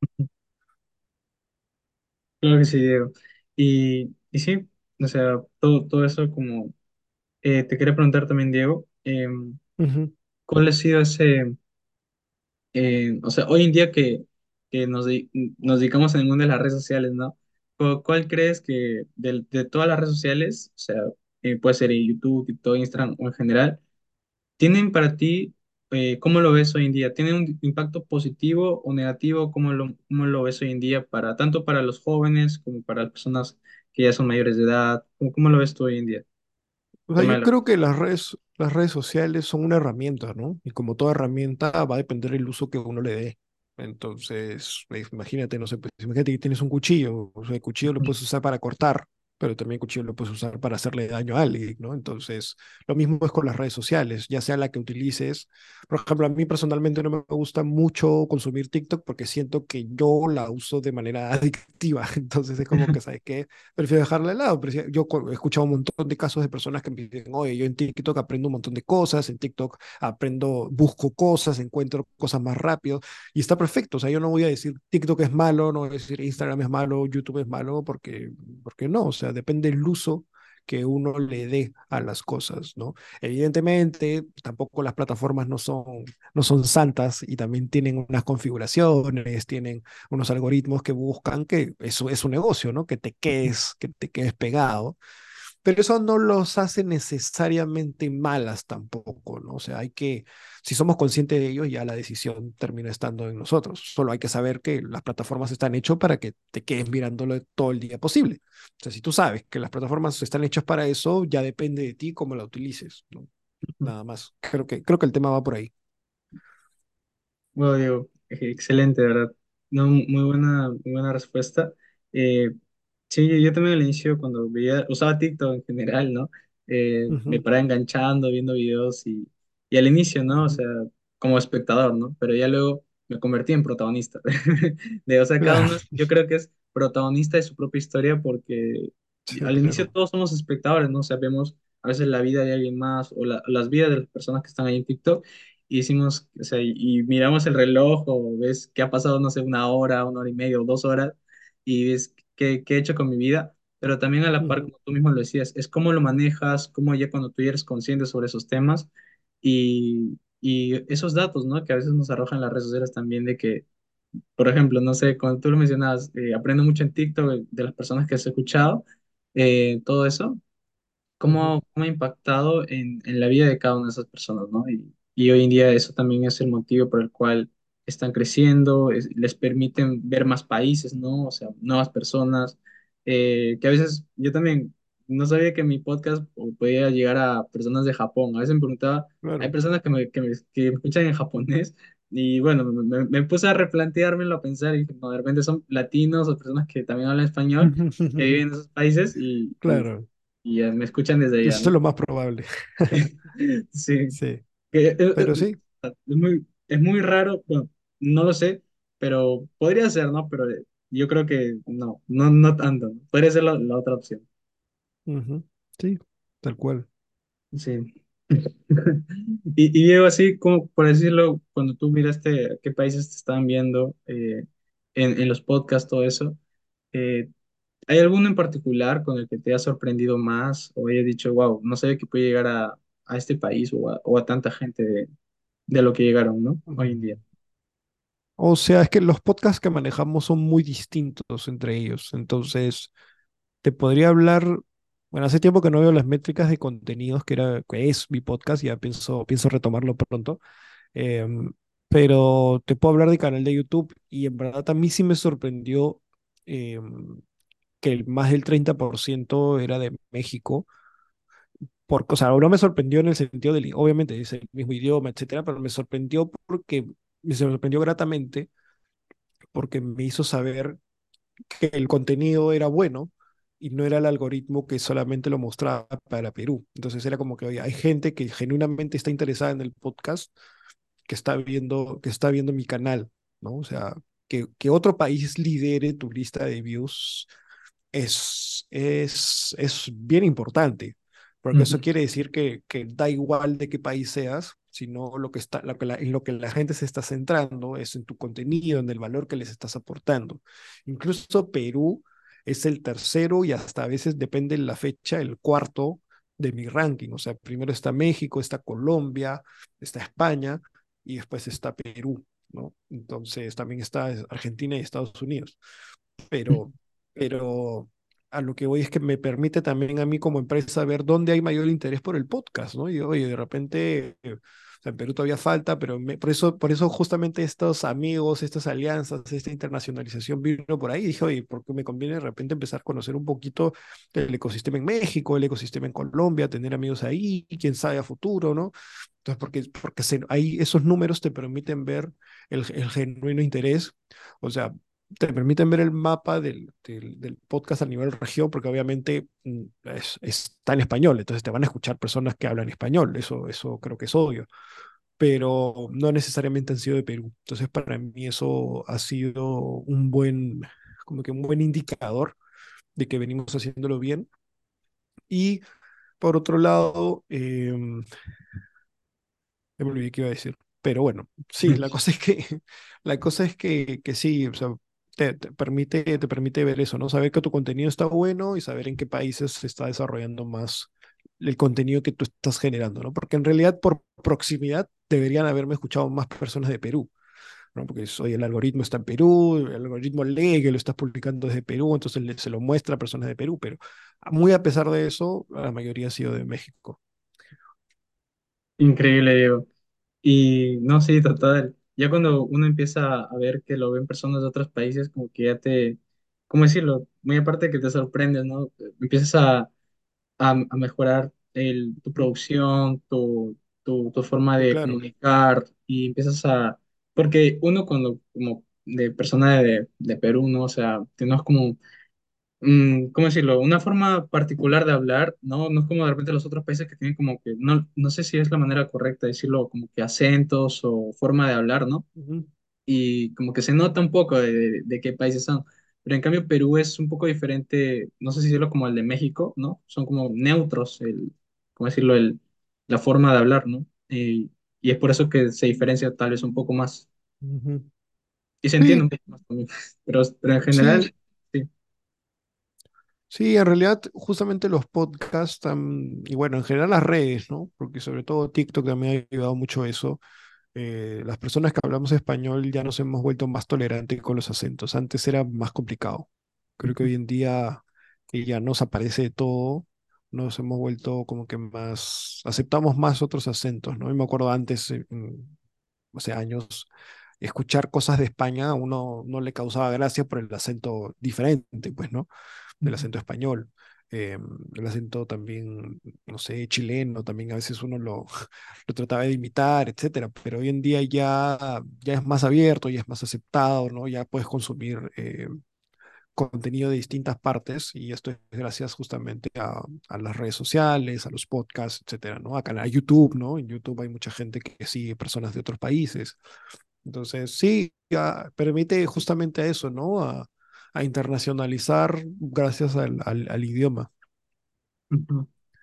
Claro que sí, Diego. Y, y sí, o sea, todo, todo eso como... eh, te quería preguntar también, Diego, em, Ujú. ¿cuál ha sido ese, eh, o sea, hoy en día que, que nos, de- nos dedicamos en el mundo de las redes sociales, ¿no? ¿Cu- ¿Cuál crees que de, de todas las redes sociales, o sea, eh, puede ser en YouTube, TikTok, Instagram o en general, tienen para ti, eh, ¿cómo lo ves hoy en día? ¿Tienen un impacto positivo o negativo? ¿Cómo lo, cómo lo ves hoy en día para tanto para los jóvenes como para las personas que ya son mayores de edad? ¿Cómo, cómo lo ves tú hoy en día? O sea, Tema de yo la- creo que las redes, las redes sociales son una herramienta, ¿no? Y como toda herramienta va a depender del uso que uno le dé. Entonces, pues, imagínate, no sé, pues, imagínate que tienes un cuchillo, o sea, el cuchillo lo puedes usar para cortar, pero también el cuchillo lo puedes usar para hacerle daño a alguien, ¿no? Entonces, lo mismo es con las redes sociales, ya sea la que utilices. Por ejemplo, a mí personalmente no me gusta mucho consumir TikTok porque siento que yo la uso de manera adictiva. Entonces, es como que, ¿sabes qué? Prefiero dejarla de lado. Pero sí, yo co- he escuchado un montón de casos de personas que me dicen, oye, yo en TikTok aprendo un montón de cosas, en TikTok aprendo, busco cosas, encuentro cosas más rápido y está perfecto. O sea, yo no voy a decir TikTok es malo, no voy a decir Instagram es malo, YouTube es malo, porque, porque no. O sea, depende del uso que uno le dé a las cosas, ¿no? Evidentemente, tampoco las plataformas no son, no son santas y también tienen unas configuraciones, tienen unos algoritmos que buscan que eso es un negocio, ¿no? Que te quedes, que te quedes pegado, pero eso no los hace necesariamente malas tampoco, ¿no? O sea, hay que, si somos conscientes de ello, ya la decisión termina estando en nosotros. Solo hay que saber que las plataformas están hechas para que te quedes mirándolo todo el día posible. O sea, si tú sabes que las plataformas están hechas para eso, ya depende de ti cómo la utilices, ¿no? Nada más. Creo que, creo que el tema va por ahí. Bueno, Diego, eh, excelente, ¿verdad? No, muy buena, muy buena respuesta. Eh, sí, yo yo también al inicio, cuando veía, usaba TikTok en general, ¿no? Eh, me Ujú, paraba enganchando, viendo videos y, y al inicio, ¿no? O ujú. sea, como espectador, ¿no? Pero ya luego me convertí en protagonista. De, o sea, cada Claro, uno, es- yo creo que es protagonista de su propia historia porque sí, al inicio claro. todos somos espectadores, ¿no? O sea, vemos a veces la vida de alguien más o la- las vidas de las personas que están ahí en TikTok y hicimos, o sea, y, y miramos el reloj o ves que ha pasado, no sé, una hora, una hora y media o dos horas y ves qué, qué he hecho con mi vida, pero también a la par, Ujú, como tú mismo lo decías, es cómo lo manejas, cómo ya cuando tú ya eres consciente sobre esos temas y, y esos datos, ¿no? Que a veces nos arrojan las redes sociales también de que, por ejemplo, no sé, cuando tú lo mencionabas, eh, aprendo mucho en TikTok de, de las personas que has escuchado, eh, todo eso ujú, cómo, cómo ha impactado en, en la vida de cada una de esas personas, ¿no? Y, y hoy en día eso también es el motivo por el cual están creciendo, es- les permiten ver más países, ¿no? O sea, nuevas personas, eh, que a veces yo también no sabía que mi podcast podía llegar a personas de Japón. A veces me preguntaba, hay claro. personas que me, que me, que me escuchan en japonés. Y bueno, me, me puse a replanteármelo, a pensar, y dije, no, de repente son latinos o personas que también hablan español, que viven en esos países y, y Claro, y eh, me escuchan desde allá, eso es ¿no? lo más probable. Sí, Sí, que, eh, eh, pero sí. es muy, es muy raro, bueno, no lo sé, pero podría ser, ¿no? Pero eh, yo creo que no, no, no tanto, ¿no? Podría ser la, la otra opción, Ujú, sí, tal cual. sí. Y, y Diego, así como por decirlo, cuando tú miraste qué países te estaban viendo eh, en, en los podcasts, todo eso, eh, ¿hay alguno en particular con el que te haya sorprendido más o hayas dicho, wow, no sabía que puede llegar a, a este país o a, o a tanta gente de, de lo que llegaron, ¿no? Hoy en día. Ujú. O sea, es que los podcasts que manejamos son muy distintos entre ellos. Entonces, te podría hablar, bueno, hace tiempo que no veo las métricas de contenidos, que era, que es mi podcast, ya pienso, pienso retomarlo pronto. Em, pero te puedo hablar de canal de YouTube y en verdad a mí sí me sorprendió em, que el- más del treinta por ciento era de México. Por, o sea, no me sorprendió en el sentido de, obviamente, es el mismo idioma, etcétera, pero me sorprendió porque me sorprendió gratamente porque me hizo saber que el contenido era bueno y no era el algoritmo que solamente lo mostraba para Perú. Entonces era como que, oye, hay gente que genuinamente está interesada en el podcast, que está viendo, que está viendo mi canal, ¿no? O sea, que, que otro país lidere tu lista de views es, es, es bien importante, porque eso Ujú, quiere decir que, que da igual de qué país seas, sino lo que está, lo que la, en lo que la gente se está centrando es en tu contenido, en el valor que les estás aportando. Incluso Perú es el tercero y hasta a veces depende de la fecha, el cuarto de mi ranking. O sea, primero está México, está Colombia, está España y después está Perú, ¿no? Entonces también está Argentina y Estados Unidos, pero, pero a lo que voy es que me permite también a mí como empresa ver dónde hay mayor interés por el podcast, ¿no? Y oye, de repente, eh, o sea, en Perú todavía falta, pero me- por eso, por eso justamente estos amigos, estas alianzas, esta internacionalización vino por ahí. Dije, oye, ¿por qué me conviene de repente empezar a conocer un poquito el ecosistema en México, el ecosistema en Colombia, tener amigos ahí, y quién sabe a futuro, ¿no? Entonces, porque, porque se, ahí esos números te permiten ver el, el genuino interés. O sea, te permiten ver el mapa del, del, del podcast a nivel región, porque obviamente mm, es, está en español, entonces te van a escuchar personas que hablan español, eso, eso creo que es obvio, pero no necesariamente han sido de Perú. Entonces, para mí eso ha sido un buen, como que un buen indicador de que venimos haciéndolo bien. Y por otro lado, eh, me olvidé qué iba a decir. Pero bueno, sí, ujú. la cosa es que, la cosa es que, que sí, o sea, te, te permite, te permite ver eso, ¿no? Saber que tu contenido está bueno y saber en qué países se está desarrollando más el contenido que tú estás generando, ¿no? Porque en realidad por proximidad deberían haberme escuchado más personas de Perú, ¿no? Porque soy el algoritmo está en Perú, el algoritmo lee que lo estás publicando desde Perú, entonces le- se lo muestra a personas de Perú, pero muy a pesar de eso, la mayoría ha sido de México. Increíble, Diego. Y no, sí, total. Ya cuando uno empieza a ver que lo ven personas de otros países, como que ya te, ¿cómo decirlo? Muy aparte de que te sorprendes, ¿no? Empiezas a, a, a mejorar el, tu producción, tu, tu, tu forma Sí, de claro. comunicar y empiezas a... Porque uno cuando, como de persona de, de Perú, ¿no? O sea, tenemos como mm, ¿cómo decirlo? Una forma particular de hablar, ¿no? No es como de repente los otros países que tienen como que, no, no sé si es la manera correcta de decirlo, como que acentos o forma de hablar, ¿no? Ujú, Y como que se nota un poco de, de- de qué países son. Pero en cambio Perú es un poco diferente, no sé si decirlo como el de México, ¿no? Son como neutros, el, ¿cómo decirlo? El, la forma de hablar, ¿no? Y, y es por eso que se diferencia tal vez un poco más. ujú. Y se entiende un Sí, poco más también. Pero, pero en sí, general, sí. sí, en realidad justamente los podcasts tam- y bueno, en general las redes, ¿no? Porque sobre todo TikTok también ha ayudado mucho a eso. Eh, las personas que hablamos español ya nos hemos vuelto más tolerantes con los acentos. Antes era más complicado. Creo que hoy en día que ya nos aparece de todo, nos hemos vuelto como que más, aceptamos más otros acentos, ¿no? Y me acuerdo antes, eh, mm, hace años, escuchar cosas de España a uno no le causaba gracia por el acento diferente, pues, ¿no? Del acento español. Eh, el acento también, no sé, chileno, también a veces uno lo, lo trataba de imitar, etcétera, pero hoy en día ya, ya es más abierto, ya es más aceptado, ¿no? Ya puedes consumir eh, contenido de distintas partes y esto es gracias justamente a, a las redes sociales, a los podcasts, etcétera, ¿no? Acá en YouTube, ¿no? En YouTube hay mucha gente que sigue personas de otros países. Entonces, sí, ya permite justamente a eso, ¿no? A, a internacionalizar gracias al, al, al idioma. Ujú.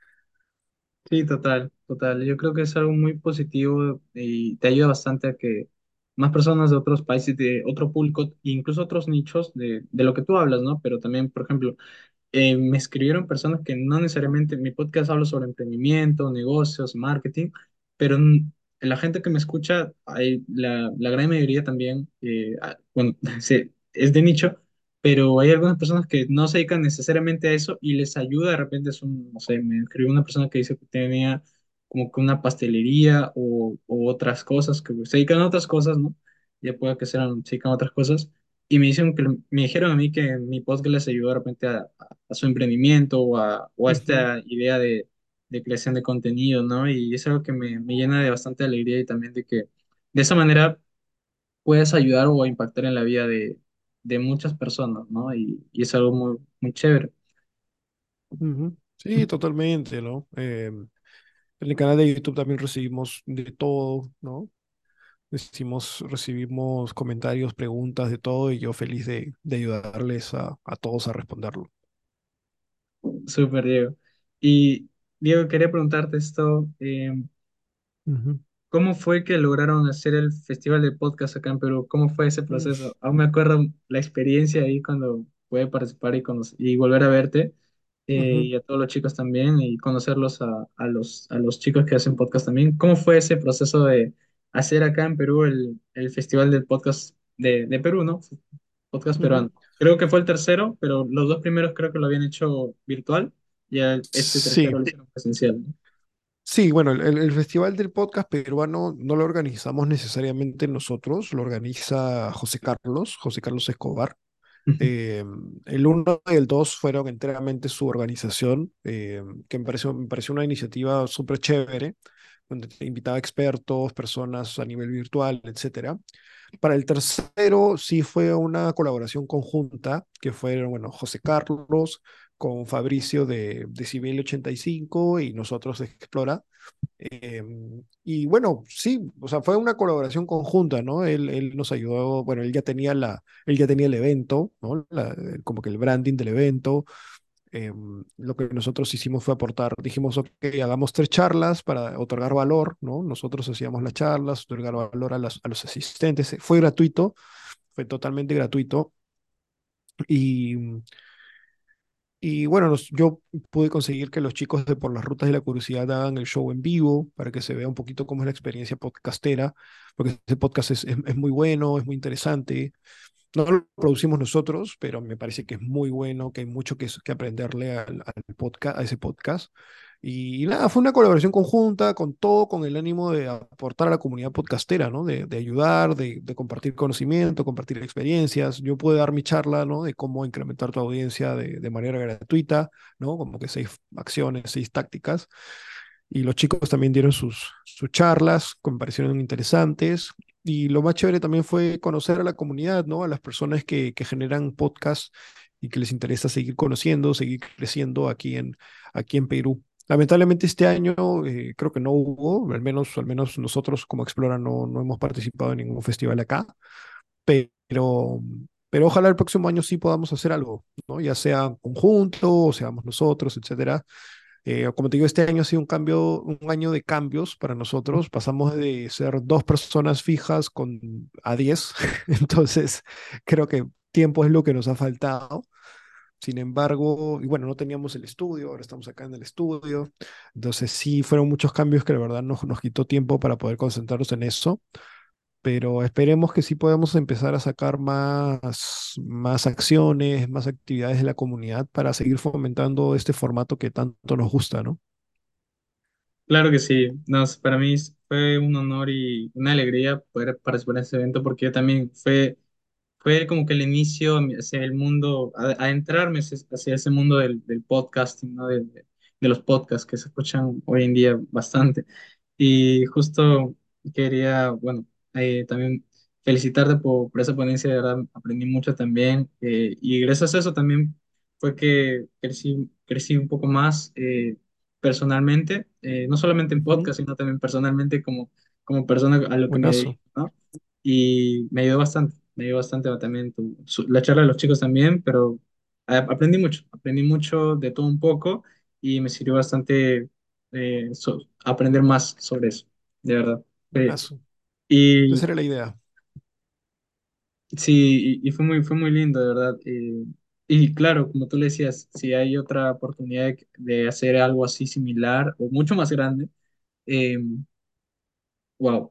Sí, total, total. Yo creo que es algo muy positivo y te ayuda bastante a que más personas de otros países, de otro público, incluso otros nichos de, de lo que tú hablas, ¿no? Pero también, por ejemplo, eh, me escribieron personas que no necesariamente, mi podcast habla sobre emprendimiento, negocios, marketing, pero mm, la gente que me escucha, hay, la, la gran mayoría también, eh, ah, bueno, sí, es de nicho, pero hay algunas personas que no se dedican necesariamente a eso y les ayuda, de repente es un, no sé, me escribió una persona que dice que tenía como que una pastelería o, o otras cosas, que se dedican a otras cosas, ¿no? Ya puede que sean, se dedican a otras cosas y me dicen que me dijeron a mí que mi podcast les ayudó de repente a, a- a su emprendimiento o a, o a Ujú, esta idea de, de creación de contenido, ¿no? Y es algo que me, me llena de bastante alegría y también de que de esa manera puedes ayudar o impactar en la vida de, de muchas personas, ¿no? Y, y es algo muy, muy chévere. ujú. Sí, totalmente, ¿no? Eh, en el canal de YouTube también recibimos de todo, ¿no? Recibimos, recibimos comentarios, preguntas, de todo, y yo feliz de, de ayudarles a, a todos a responderlo. Súper, Diego. Y Diego, quería preguntarte esto. eh, Ujú. ¿Cómo fue que lograron hacer el festival de podcast acá en Perú? ¿Cómo fue ese Mm, proceso? Aún me acuerdo la experiencia ahí cuando pude participar y, conoc- y volver a verte, eh, ujú, y a todos los chicos también, y conocerlos a, a los, a los chicos que hacen podcast también. ¿Cómo fue ese proceso de hacer acá en Perú el, el festival del podcast de, de Perú, ¿no? Podcast ujú. peruano. Creo que fue el tercero, pero los dos primeros creo que lo habían hecho virtual, y el- este Sí, tercero lo hicieron presencial, ¿no? sí, bueno, el, el- el Festival del Podcast peruano no lo organizamos necesariamente nosotros, lo organiza José Carlos, José Carlos Escobar. Eh, el uno y el dos fueron enteramente su organización, eh, que me pareció, me pareció una iniciativa súper chévere, donde te invitaba expertos, personas a nivel virtual, etcétera. Para el tercero sí fue una colaboración conjunta, que fueron, bueno, José Carlos con Fabricio de Decibel ochenta y cinco y nosotros de Explora. Eh, y bueno, sí, o sea, fue una colaboración conjunta, ¿no? Él, él nos ayudó, bueno, él ya tenía la, él ya tenía el evento, ¿no? La- como que el branding del evento. Eh, lo que nosotros hicimos fue aportar, dijimos, ok, hagamos tres charlas para otorgar valor, ¿no? Nosotros hacíamos las charlas, otorgar valor a, las- a los asistentes. Fue gratuito, fue totalmente gratuito. Y, y bueno, nos- yo pude conseguir que los chicos de Por las Rutas de la Curiosidad hagan el show en vivo para que se vea un poquito cómo es la experiencia podcastera, porque ese podcast es, es, es muy bueno, es muy interesante. No lo producimos nosotros, pero me parece que es muy bueno, que hay mucho que, que aprenderle al, al podcast, a ese podcast. Y, y nada, fue una colaboración conjunta con todo, con el ánimo de aportar a la comunidad podcastera, ¿no? De, de ayudar, de, de compartir conocimiento, compartir experiencias. Yo pude dar mi charla, ¿no? De cómo incrementar tu audiencia de, de manera gratuita, ¿no? Como que seis acciones, seis tácticas. Y los chicos también dieron sus, sus charlas, que me parecieron interesantes. Y lo más chévere también fue conocer a la comunidad, ¿no? A las personas que, que generan podcasts y que les interesa seguir conociendo, seguir creciendo aquí en, aquí en Perú. Lamentablemente este año eh, creo que no hubo, al menos, al menos nosotros como Explora no, no hemos participado en ningún festival acá, pero, pero ojalá el próximo año sí podamos hacer algo, ¿no? Ya sea conjunto, o seamos nosotros, etcétera. Eh, como te digo, este año ha sido un cambio, un año de cambios para nosotros. Pasamos de ser dos personas fijas con, a diez. Entonces, creo que tiempo es lo que nos ha faltado. Sin embargo, y bueno, no teníamos el estudio, ahora estamos acá en el estudio. Entonces, sí, fueron muchos cambios que la verdad nos, nos quitó tiempo para poder concentrarnos en eso. Pero esperemos que sí podamos empezar a sacar más, más acciones, más actividades de la comunidad para seguir fomentando este formato que tanto nos gusta, ¿no? Claro que sí. No, para mí fue un honor y una alegría poder participar en ese evento porque también fue fue como que el inicio hacia el mundo, a, a entrarme hacia, hacia ese mundo del, del podcasting, ¿no? De, de- de los podcasts que se escuchan hoy en día bastante. Y justo quería, bueno, eh, también felicitarte por, por esa ponencia, de verdad, aprendí mucho también. Eh, y gracias a eso también fue que crecí, crecí un poco más eh, personalmente, eh, no solamente en Ujú. podcast, sino también personalmente como, como persona a lo que me Buenazo. dedico, ¿no? Y me ayudó bastante, me ayudó bastante también tu- su- la charla de los chicos también, pero a- aprendí mucho, aprendí mucho de todo un poco y me sirvió bastante eh, so- aprender más sobre eso, de verdad. Eh, Buenazo. y Esa era la idea. sí, y, y fue muy, fue muy lindo, de verdad. Eh, y claro, como tú le decías, si hay otra oportunidad de, de hacer algo así similar o mucho más grande, eh, wow.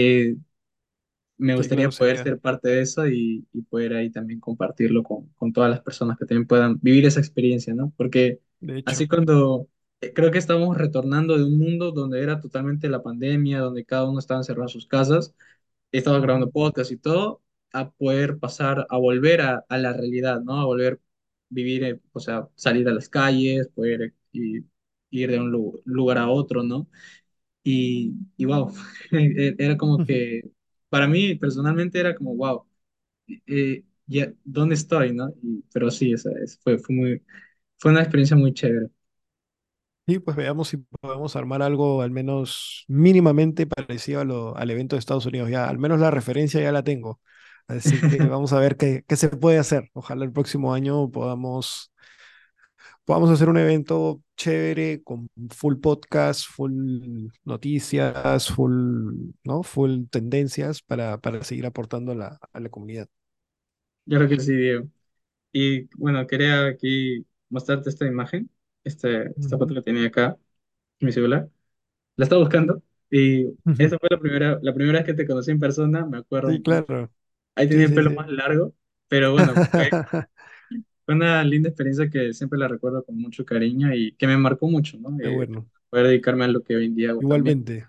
Me Sí, gustaría claro, poder sería. ser parte de eso y, y poder ahí también compartirlo con, con todas las personas que también puedan vivir esa experiencia, ¿no? Porque De así hecho. cuando eh, creo que estamos retornando de un mundo donde era totalmente la pandemia, donde cada uno estaba encerrado en sus casas, estaba grabando Ujú. podcast y todo, a poder pasar, a volver a, a la realidad, ¿no? A volver a vivir, eh, o sea, salir a las calles, poder eh, y- ir de un lu- lugar a otro, ¿no? Y, y wow, era como Ujú. que, para mí personalmente era como, wow, eh, ya, ¿dónde estoy, no? Y- pero sí, o sea, es- fue, fue muy, fue una experiencia muy chévere. Y pues veamos si podemos armar algo al menos mínimamente parecido a lo- al evento de Estados Unidos. Ya, al menos la referencia ya la tengo. Así que vamos a ver qué, qué se puede hacer. Ojalá el próximo año podamos, podamos hacer un evento chévere con full podcast, full noticias, full, ¿no? Full tendencias para, para seguir aportando a la, a la comunidad. Yo creo que sí, Diego. Y bueno, quería aquí mostrarte esta imagen, este, esta foto Ujú. que tenía acá en mi celular. La estaba buscando y Ujú. esa fue la primera, la primera vez que te conocí en persona, me acuerdo Sí, mucho. claro. Ahí tenía Sí, el sí, pelo sí. más largo, pero bueno, fue Fue una linda experiencia que siempre la recuerdo con mucho cariño y que me marcó mucho, ¿no? Qué Eh, bueno. poder dedicarme a lo que hoy en día hago también. Igualmente.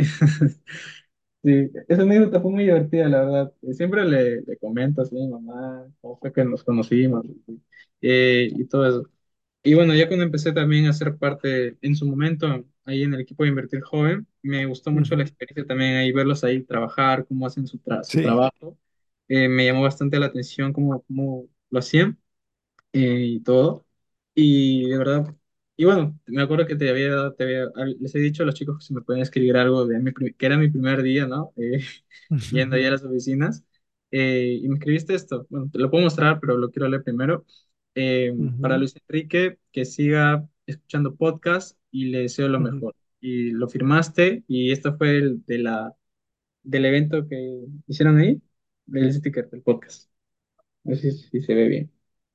Sí, esa anécdota fue muy divertida, la verdad. Eh, Siempre le, le comento así a mi mamá cómo fue que nos conocimos eh, y todo eso. Y bueno, ya cuando empecé también a ser parte en su momento ahí en el equipo de Invertir Joven, me gustó mucho la Ujú. experiencia también ahí verlos ahí trabajar, cómo hacen su, tra- su Sí. trabajo. Eh, me llamó bastante la atención cómo, cómo lo hacían eh, y todo. Y de verdad, y bueno, me acuerdo que te había, dado- te había, les he dicho a los chicos que si me pueden escribir algo de mi, pri- que era mi primer día, ¿no? Eh, yendo allá a las oficinas. Eh, y me escribiste esto. Bueno, te lo puedo mostrar, pero lo quiero leer primero. Eh, para Ujú. Luis Enrique, que siga escuchando podcast y le deseo lo Ujú. mejor. Y lo firmaste, y esto fue el de la, del evento que hicieron ahí, del sticker del podcast. No sé si si se ve bien.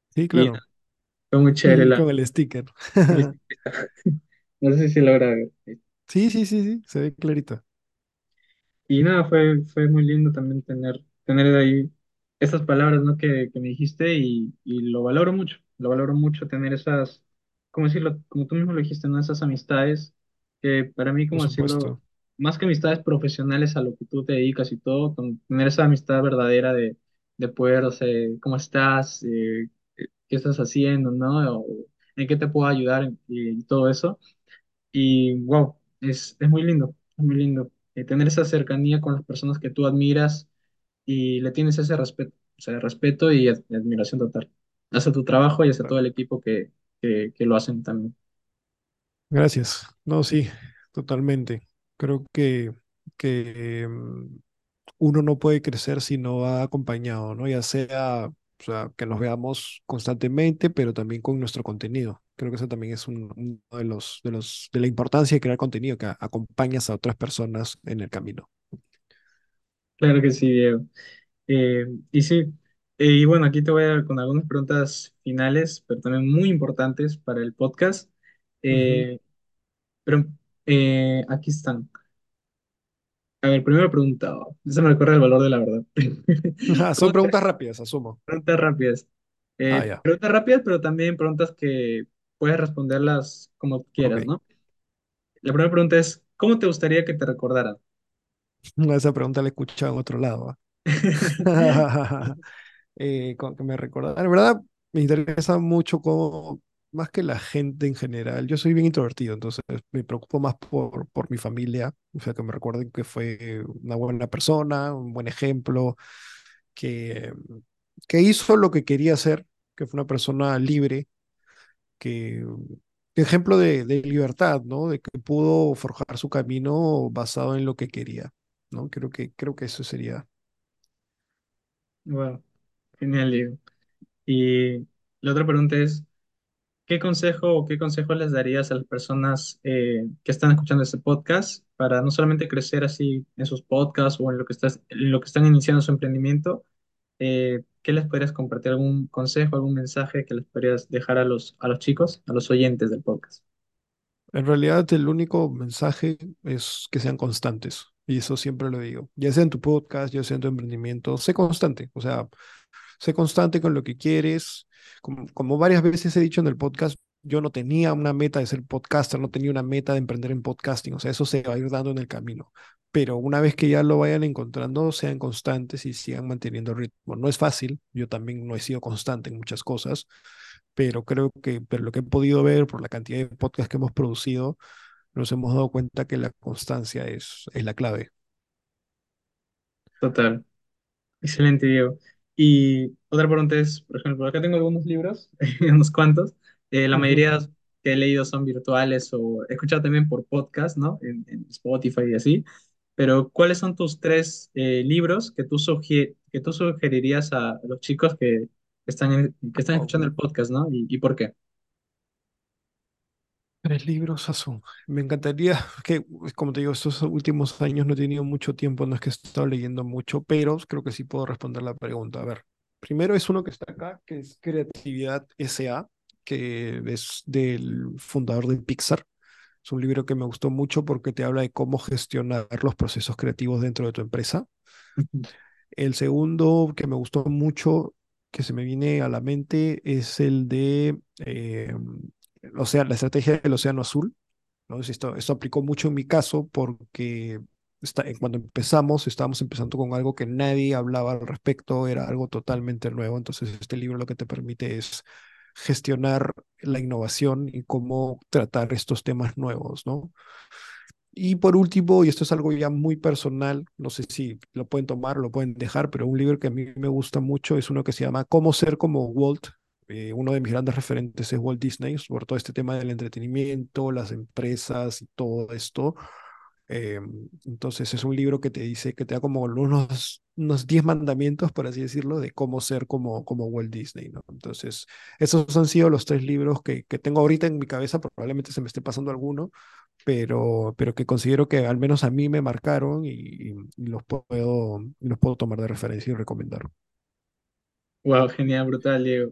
Sí, Y claro. fue muy chévere la... Con el sticker. No sé si logra ver. Sí, sí, sí, sí, se ve clarito. Y nada, fue, fue muy lindo también tener, tener ahí esas palabras, ¿no? que, que me dijiste y, y lo valoro mucho, lo valoro mucho tener esas, ¿cómo decirlo? Como tú mismo lo dijiste, ¿no? Esas amistades que para mí, Por como decirlo, supuesto, más que amistades profesionales a lo que tú te dedicas y todo, con- tener esa amistad verdadera de, de poder, o sea, ¿cómo estás? Eh, ¿qué estás haciendo? ¿No? O, ¿en qué te puedo ayudar? Y, y todo eso. Y wow, es, es muy lindo, es muy lindo. Eh, tener esa cercanía con las personas que tú admiras y le tienes ese respeto, o sea, respeto y ad- admiración total hacia tu trabajo y hacia todo claro. el equipo que, que, que lo hacen también. Gracias. No, sí, totalmente. Creo que, que mm, uno no puede crecer si no va acompañado, ¿no? Ya sea, o sea, que nos veamos constantemente, pero también con nuestro contenido. Creo que eso también es un- uno de los, de los, de la importancia de crear contenido, que a- acompañas a otras personas en el camino. Claro que sí, Diego. Eh, y sí, eh, y bueno, aquí te voy a dar con algunas preguntas finales, pero también muy importantes para el podcast. Ujú. Eh, pero eh, aquí están. A ver, primero pregunta, eso me recuerda el valor de la verdad. Ah, son ¿Cómo te, preguntas rápidas, asumo. Preguntas rápidas. Ah, Eh, ya. preguntas rápidas, pero también preguntas que puedes responderlas como Ok. quieras, ¿no? La primera pregunta es, ¿cómo te gustaría que te recordaran? Esa pregunta la he escuchado en otro lado. ¿Ah? Eh, con- que me recordaba. En verdad, me interesa mucho cómo, más que la gente en general, yo soy bien introvertido, entonces me preocupo más por, por mi familia, o sea, que me recuerden que fue una buena persona, un buen ejemplo, que, que hizo lo que quería hacer, que fue una persona libre, que ejemplo de, de libertad, ¿no? De que pudo forjar su camino basado en lo que quería, ¿no? Creo que, creo que eso sería. Wow, genial, Diego. Y la otra pregunta es, ¿qué consejo o qué consejo les darías a las personas eh, que están escuchando este podcast para no solamente crecer así en sus podcasts o en lo que estás, en lo que están iniciando su emprendimiento? Eh, ¿qué les podrías compartir? ¿Algún consejo, algún mensaje que les podrías dejar a los, a los chicos, a los oyentes del podcast? En realidad, el único mensaje es que sean constantes. Y eso siempre lo digo. Ya sea en tu podcast, ya sea en tu emprendimiento, sé constante. O sea, sé constante con lo que quieres. Como, como varias veces he dicho en el podcast, yo no tenía una meta de ser podcaster, no tenía una meta de emprender en podcasting. O sea, eso se va a ir dando en el camino. Pero una vez que ya lo vayan encontrando, sean constantes y sigan manteniendo el ritmo. No es fácil. Yo también no he sido constante en muchas cosas, pero creo que por lo que he podido ver, por la cantidad de podcasts que hemos producido, nos hemos dado cuenta que la constancia es, es la clave. Total. Excelente, Diego. Y otra pregunta es, por ejemplo, acá tengo algunos libros, unos cuantos. Eh, la Ujú. mayoría que he leído son virtuales o he escuchado también por podcast, ¿no? En, en Spotify y así. Pero, ¿cuáles son tus tres eh, libros que tú, sugie- que tú sugerirías a los chicos que están, en- que están escuchando Oh, el podcast, ¿no? ¿Y, y por qué? tres libros, Azul. Me encantaría que, pues, como te digo, estos últimos años no he tenido mucho tiempo, no es que he estado leyendo mucho, pero creo que sí puedo responder la pregunta. A ver, primero es uno que está acá, que es Creatividad S A, que es del fundador de Pixar. Es un libro que me gustó mucho porque te habla de cómo gestionar los procesos creativos dentro de tu empresa. El segundo que me gustó mucho, que se me viene a la mente, es el de eh, o sea, la estrategia del Océano Azul. ¿No? Si Esto, esto aplicó mucho en mi caso porque está, eh, cuando empezamos, estábamos empezando con algo que nadie hablaba al respecto, era algo totalmente nuevo. Entonces, este libro lo que te permite es gestionar la innovación y cómo tratar estos temas nuevos, ¿no? Y por último, y esto es algo ya muy personal, no sé si lo pueden tomar o lo pueden dejar, pero un libro que a mí me gusta mucho es uno que se llama Cómo ser como Walt. Eh, uno de mis grandes referentes es Walt Disney, por todo este tema del entretenimiento, las empresas y todo esto. Eh, entonces es un libro que te dice, que te da como unos, unos diez mandamientos, por así decirlo, de cómo ser como, como Walt Disney, ¿no? Entonces, esos han sido los tres libros que, que tengo ahorita en mi cabeza, probablemente se me esté pasando alguno, pero, pero que considero que al menos a mí me marcaron y, y- y los puedo, y los puedo tomar de referencia y recomendar. Wow, genial, brutal, Diego.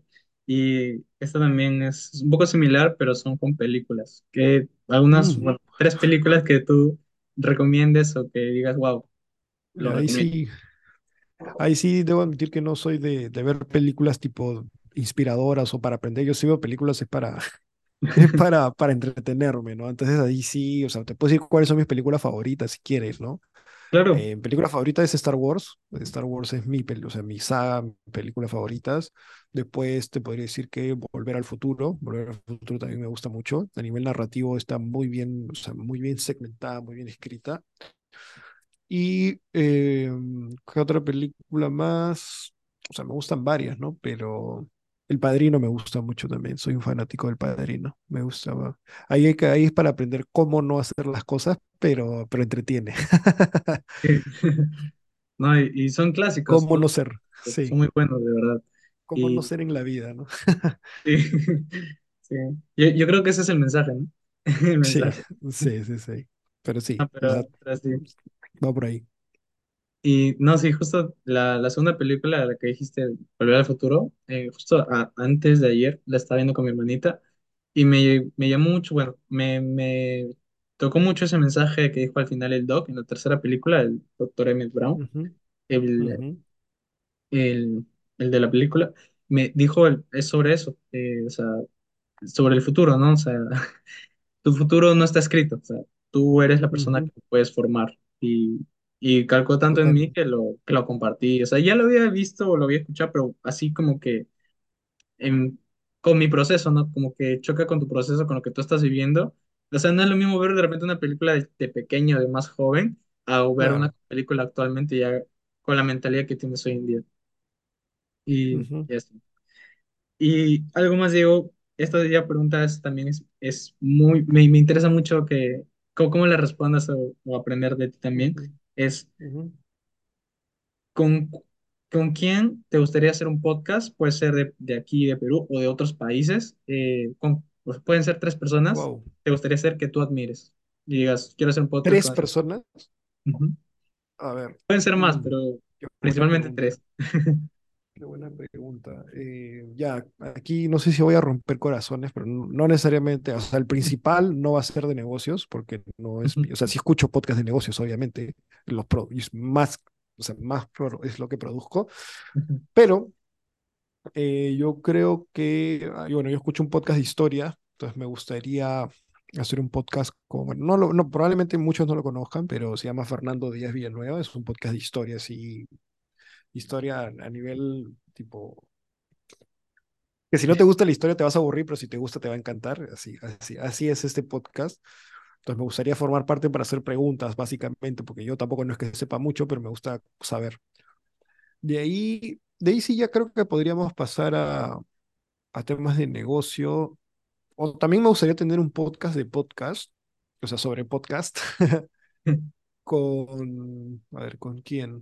Y esta también es un poco similar, pero son con películas. Que algunas, Mm, bueno, tres películas que tú recomiendes o que digas, wow, lo ahí recomiendo. sí, ahí sí debo admitir que no soy de, de ver películas tipo inspiradoras o para aprender. Yo sí veo películas es para, es para, para entretenerme, ¿no? Entonces ahí sí, o sea, te puedo decir cuáles son mis películas favoritas si quieres, ¿no? Claro, Eh, mi película favorita es Star Wars. Star Wars es mi, peli- o sea, mi saga, mis películas favoritas. Después te podría decir que Volver al Futuro. Volver al Futuro también me gusta mucho. A nivel narrativo está muy bien, o sea, muy bien segmentada, muy bien escrita. Y eh, ¿qué otra película más? O sea, me gustan varias, ¿no? Pero El Padrino me gusta mucho también. Soy un fanático del Padrino. Me gusta. va. Ahí, hay que- ahí es para aprender cómo no hacer las cosas, pero, pero entretiene. sí. No, y, y son clásicos, Cómo todos no ser. son Sí. muy buenos, de verdad. Cómo no Y ser en la vida, ¿no? sí, sí. Yo, yo creo que ese es el mensaje, ¿no? El Sí, mensaje. sí, sí, sí. Pero Ah, sí, o sea, pero, pero sí. va por ahí. Y no, sí, justo la, la segunda película, la que dijiste, Volver al Futuro, eh, justo a- antes de ayer la estaba viendo con mi hermanita y me, me llamó mucho, bueno, me, me tocó mucho ese mensaje que dijo al final el Doc en la tercera película, el doctor Emmett Brown, Ujú, el, ujú, el, el de la película, me dijo, el- es sobre eso, eh, o sea, sobre el futuro, ¿no? O sea, tu futuro no está escrito, o sea, tú eres la persona ujú. que puedes formar y, y calcó tanto en Total. mí que lo, que lo compartí, o sea, ya lo había visto o lo había escuchado, pero así como que en- con mi proceso, ¿no? Como que choca con tu proceso, con lo que tú estás viviendo, o sea, no es lo mismo ver de repente una película de, de pequeño, de más joven, a ver una Claro. película actualmente ya con la mentalidad que tienes hoy en día. Y, Ujú, y eso. Y algo más, Diego, esta ya preguntas también es, es muy, me, me interesa mucho que, cómo, cómo le respondas o, o aprender de ti también, ujú, es ujú, ¿con, con quién te gustaría hacer un podcast? Puede ser de, de aquí, de Perú o de otros países. Eh, con, pues, pueden ser tres personas. wow. Te gustaría hacer que tú admires y digas, quiero hacer un podcast ¿Tres con... personas? Ujú. A ver. Pueden ser más, mm, pero qué buena principalmente pregunta. tres. Qué buena pregunta. Eh, ya, aquí no sé si voy a romper corazones, pero no, no necesariamente, o sea, el principal no va a ser de negocios, porque no es, Ujú, mi- o sea, sí escucho podcast de negocios, obviamente, los pro- y es más, o sea, más pro- es lo que produzco, ujú, pero eh, yo creo que, ah, y bueno, yo escucho un podcast de historia, entonces me gustaría hacer un podcast con, bueno, no, lo- no, probablemente muchos no lo conozcan, pero se llama Fernando Díaz Villanueva, es un podcast de historia, así, historia a nivel tipo que si no te gusta la historia te vas a aburrir, pero si te gusta te va a encantar. Así, así, así es este podcast. Entonces me gustaría formar parte para hacer preguntas, básicamente, porque yo tampoco no es que sepa mucho, pero me gusta saber. De ahí, de ahí sí ya creo que podríamos pasar a, a temas de negocio. O también me gustaría tener un podcast de podcast, o sea, sobre podcast, con, a ver, ¿con quién?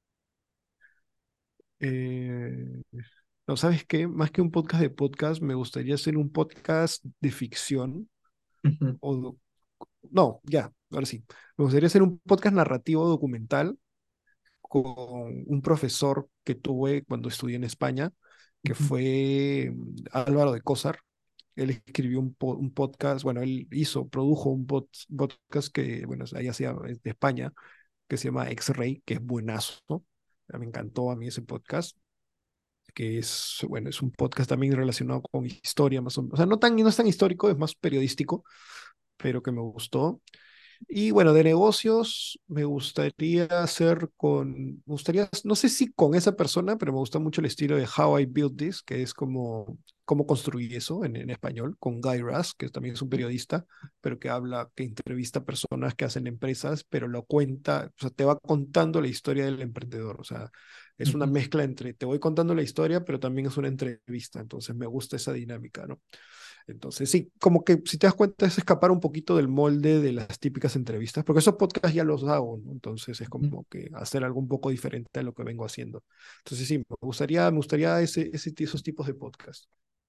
Eh, no, ¿sabes qué? Más que un podcast de podcast, me gustaría hacer un podcast de ficción ujú, o do- no, ya, ahora sí. Me gustaría hacer un podcast narrativo documental con un profesor que tuve cuando estudié en España, que ujú, fue mm, Álvaro de Cózar. Él escribió un, po- un podcast, bueno, él hizo, produjo un pod- podcast que, bueno, ahí hacía es de España, que se llama X-Ray, que es buenazo. Me encantó a mí ese podcast, que es, bueno, es un podcast también relacionado con historia, más o menos. O sea, no tan, no es tan histórico, es más periodístico, pero que me gustó. Y bueno, de negocios me gustaría hacer con, me gustaría, no sé si con esa persona, pero me gusta mucho el estilo de How I Built This, que es como cómo construí eso en, en español, con Guy Raz, que también es un periodista, pero que habla, que entrevista a personas que hacen empresas, pero lo cuenta, o sea, te va contando la historia del emprendedor, o sea, es una ujú. mezcla entre te voy contando la historia, pero también es una entrevista, entonces me gusta esa dinámica, ¿no? Entonces, sí, como que si te das cuenta es escapar un poquito del molde de las típicas entrevistas, porque esos podcasts ya los hago, ¿no? Entonces es como que hacer algo un poco diferente a lo que vengo haciendo. Entonces, sí, me gustaría, me gustaría ese, ese, esos tipos de podcasts.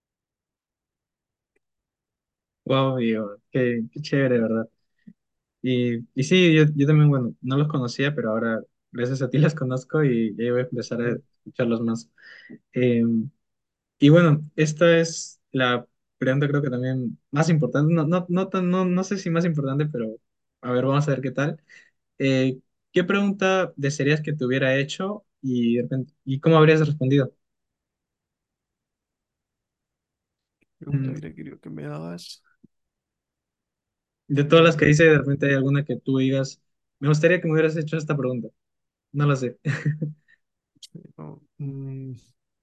Wow, Diego, qué, qué chévere, ¿verdad? Y, y sí, yo, yo también, bueno, no los conocía, pero ahora gracias a ti los conozco y ya voy a empezar a Ujú, escucharlos más. Eh, Y bueno, esta es la pregunta creo que también más importante, no, no, no, tan- no, no sé si más importante, pero a ver, vamos a ver qué tal. Eh, ¿qué pregunta desearías que te hubiera hecho y, de repente- y cómo habrías respondido? Pregunta, Mm, mira, quería que me hagas. De todas las que Mm, hice, de repente hay alguna que tú digas, me gustaría que me hubieras hecho esta pregunta. No lo sé. no, mm,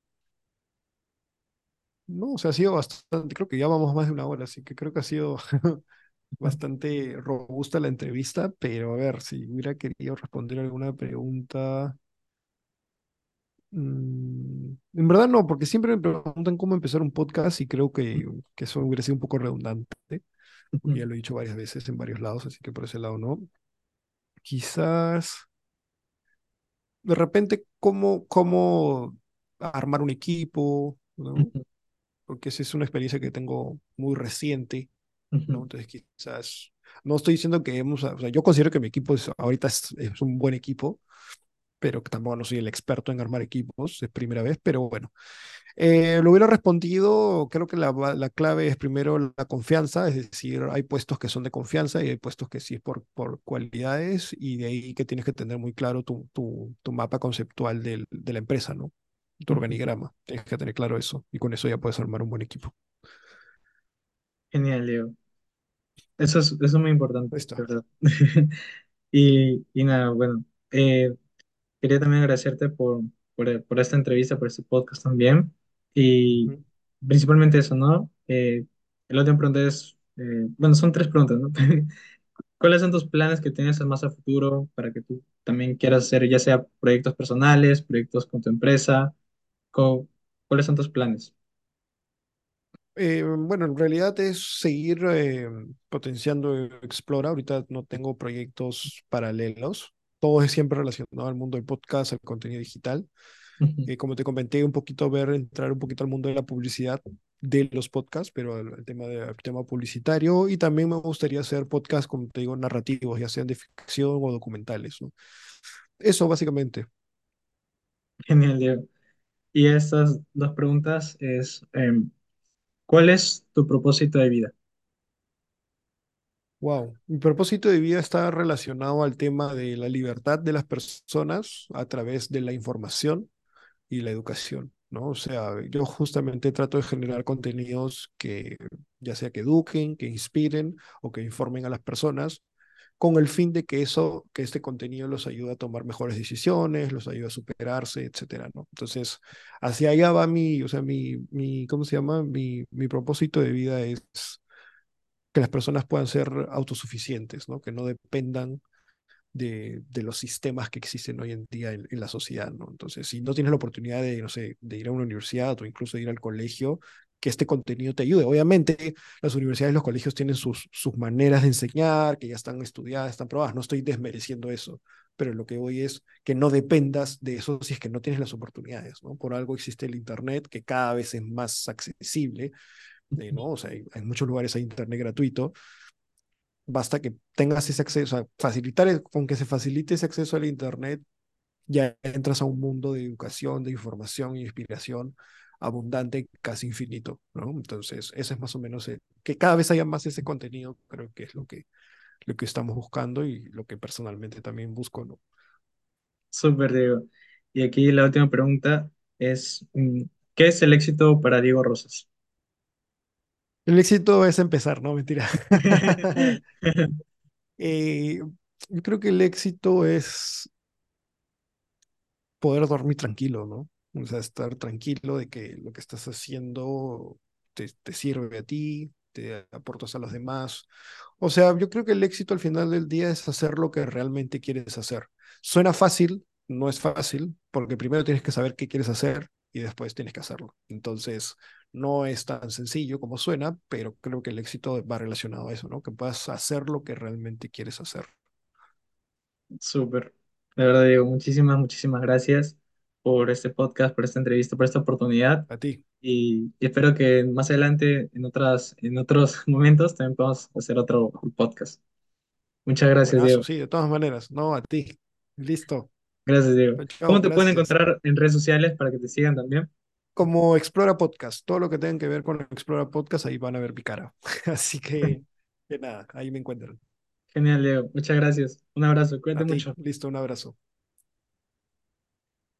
no, o sea, ha sido bastante, creo que ya vamos más de una hora, así que creo que ha sido bastante robusta la entrevista, pero a ver, si hubiera querido responder alguna pregunta, mm, en verdad no, porque siempre me preguntan cómo empezar un podcast y creo que, que eso hubiera sido un poco redundante, porque ya lo he dicho varias veces en varios lados, así que por ese lado no. Quizás, de repente, cómo, cómo armar un equipo, ¿no? Porque esa es una experiencia que tengo muy reciente, ¿no? Entonces quizás, no estoy diciendo que hemos, o sea, yo considero que mi equipo es, ahorita es, es un buen equipo, pero que tampoco no soy el experto en armar equipos, es primera vez, pero bueno. Eh, lo hubiera respondido, creo que la, la clave es primero la confianza, es decir, hay puestos que son de confianza y hay puestos que sí es por, por cualidades y de ahí que tienes que tener muy claro tu, tu, tu mapa conceptual del, de la empresa, ¿no? Tu organigrama, tienes que tener claro eso y con eso ya puedes armar un buen equipo. Genial, Diego. Eso es, eso es muy importante, Ahí de está. verdad. Y, y nada, bueno, eh, quería también agradecerte por, por, por esta entrevista, por este podcast también. Y Ujú. principalmente eso, ¿no? Eh, la última pregunta es, eh, bueno, son tres preguntas, ¿no? ¿Cuáles son tus planes que tienes más a futuro para que tú también quieras hacer, ya sea proyectos personales, proyectos con tu empresa? Co- ¿Cuáles son tus planes? Eh, bueno, en realidad es seguir eh, potenciando Explora. Ahorita no tengo proyectos paralelos. Todo es siempre relacionado al mundo del podcast, al contenido digital. Ujú. Eh, como te comenté, un poquito ver, entrar un poquito al mundo de la publicidad de los podcasts, pero el, el tema, de, el tema publicitario. Y también me gustaría hacer podcasts, como te digo, narrativos, ya sean de ficción o documentales, ¿no? Eso básicamente. Genial, Diego. Y estas dos preguntas es, em, ¿cuál es tu propósito de vida? Wow. Mi propósito de vida está relacionado al tema de la libertad de las personas a través de la información y la educación, ¿no? O sea, yo justamente trato de generar contenidos que ya sea que eduquen, que inspiren o que informen a las personas con el fin de que eso, que este contenido los ayude a tomar mejores decisiones, los ayude a superarse, etcétera, ¿no? Entonces, hacia allá va mi, o sea, mi, mi, ¿cómo se llama? Mi, mi propósito de vida es que las personas puedan ser autosuficientes, ¿no? Que no dependan de, de los sistemas que existen hoy en día en, en la sociedad, ¿no? Entonces, si no tienes la oportunidad de, no sé, de ir a una universidad o incluso de ir al colegio, que este contenido te ayude. Obviamente, las universidades y los colegios tienen sus, sus maneras de enseñar, que ya están estudiadas, están probadas. No estoy desmereciendo eso, pero lo que voy es que no dependas de eso si es que no tienes las oportunidades, ¿no? Por algo existe el Internet, que cada vez es más accesible, eh, ¿no? O sea, hay, en muchos lugares hay Internet gratuito. Basta que tengas ese acceso, o sea, facilitar, el- con que se facilite ese acceso al Internet, ya entras a un mundo de educación, de información y inspiración abundante, casi infinito, ¿no? Entonces, eso es más o menos, el- que cada vez haya más ese contenido, creo que es lo que, lo que estamos buscando y lo que personalmente también busco, ¿no? Súper, Diego. Y aquí la última pregunta es, mm, ¿qué es el éxito para Diego Rosas? El éxito es empezar, ¿no? Mentira. Eh, yo creo que el éxito es poder dormir tranquilo, ¿no? O sea, estar tranquilo de que lo que estás haciendo te, te sirve a ti, te aportas a los demás. O sea, yo creo que el éxito al final del día es hacer lo que realmente quieres hacer. Suena fácil, no es fácil, porque primero tienes que saber qué quieres hacer y después tienes que hacerlo. Entonces, no es tan sencillo como suena, pero creo que el éxito va relacionado a eso, ¿no? Que puedas hacer lo que realmente quieres hacer. Súper. De verdad, Diego, muchísimas, muchísimas gracias por este podcast, por esta entrevista, por esta oportunidad. A ti. Y, y espero que más adelante, en otras, en otros momentos, también podamos hacer otro podcast. Muchas gracias, Buenazo, Diego. sí, de todas maneras. No, a ti. Listo. Gracias, Diego. Chao, ¿Cómo chao, te pueden gracias. encontrar en redes sociales para que te sigan también? como Explora Podcast. Todo lo que tenga que ver con Explora Podcast, ahí van a ver mi cara. Así que, que nada, ahí me encuentran. Genial, Leo. Muchas gracias. Un abrazo. Cuídate A ti, mucho. listo, un abrazo.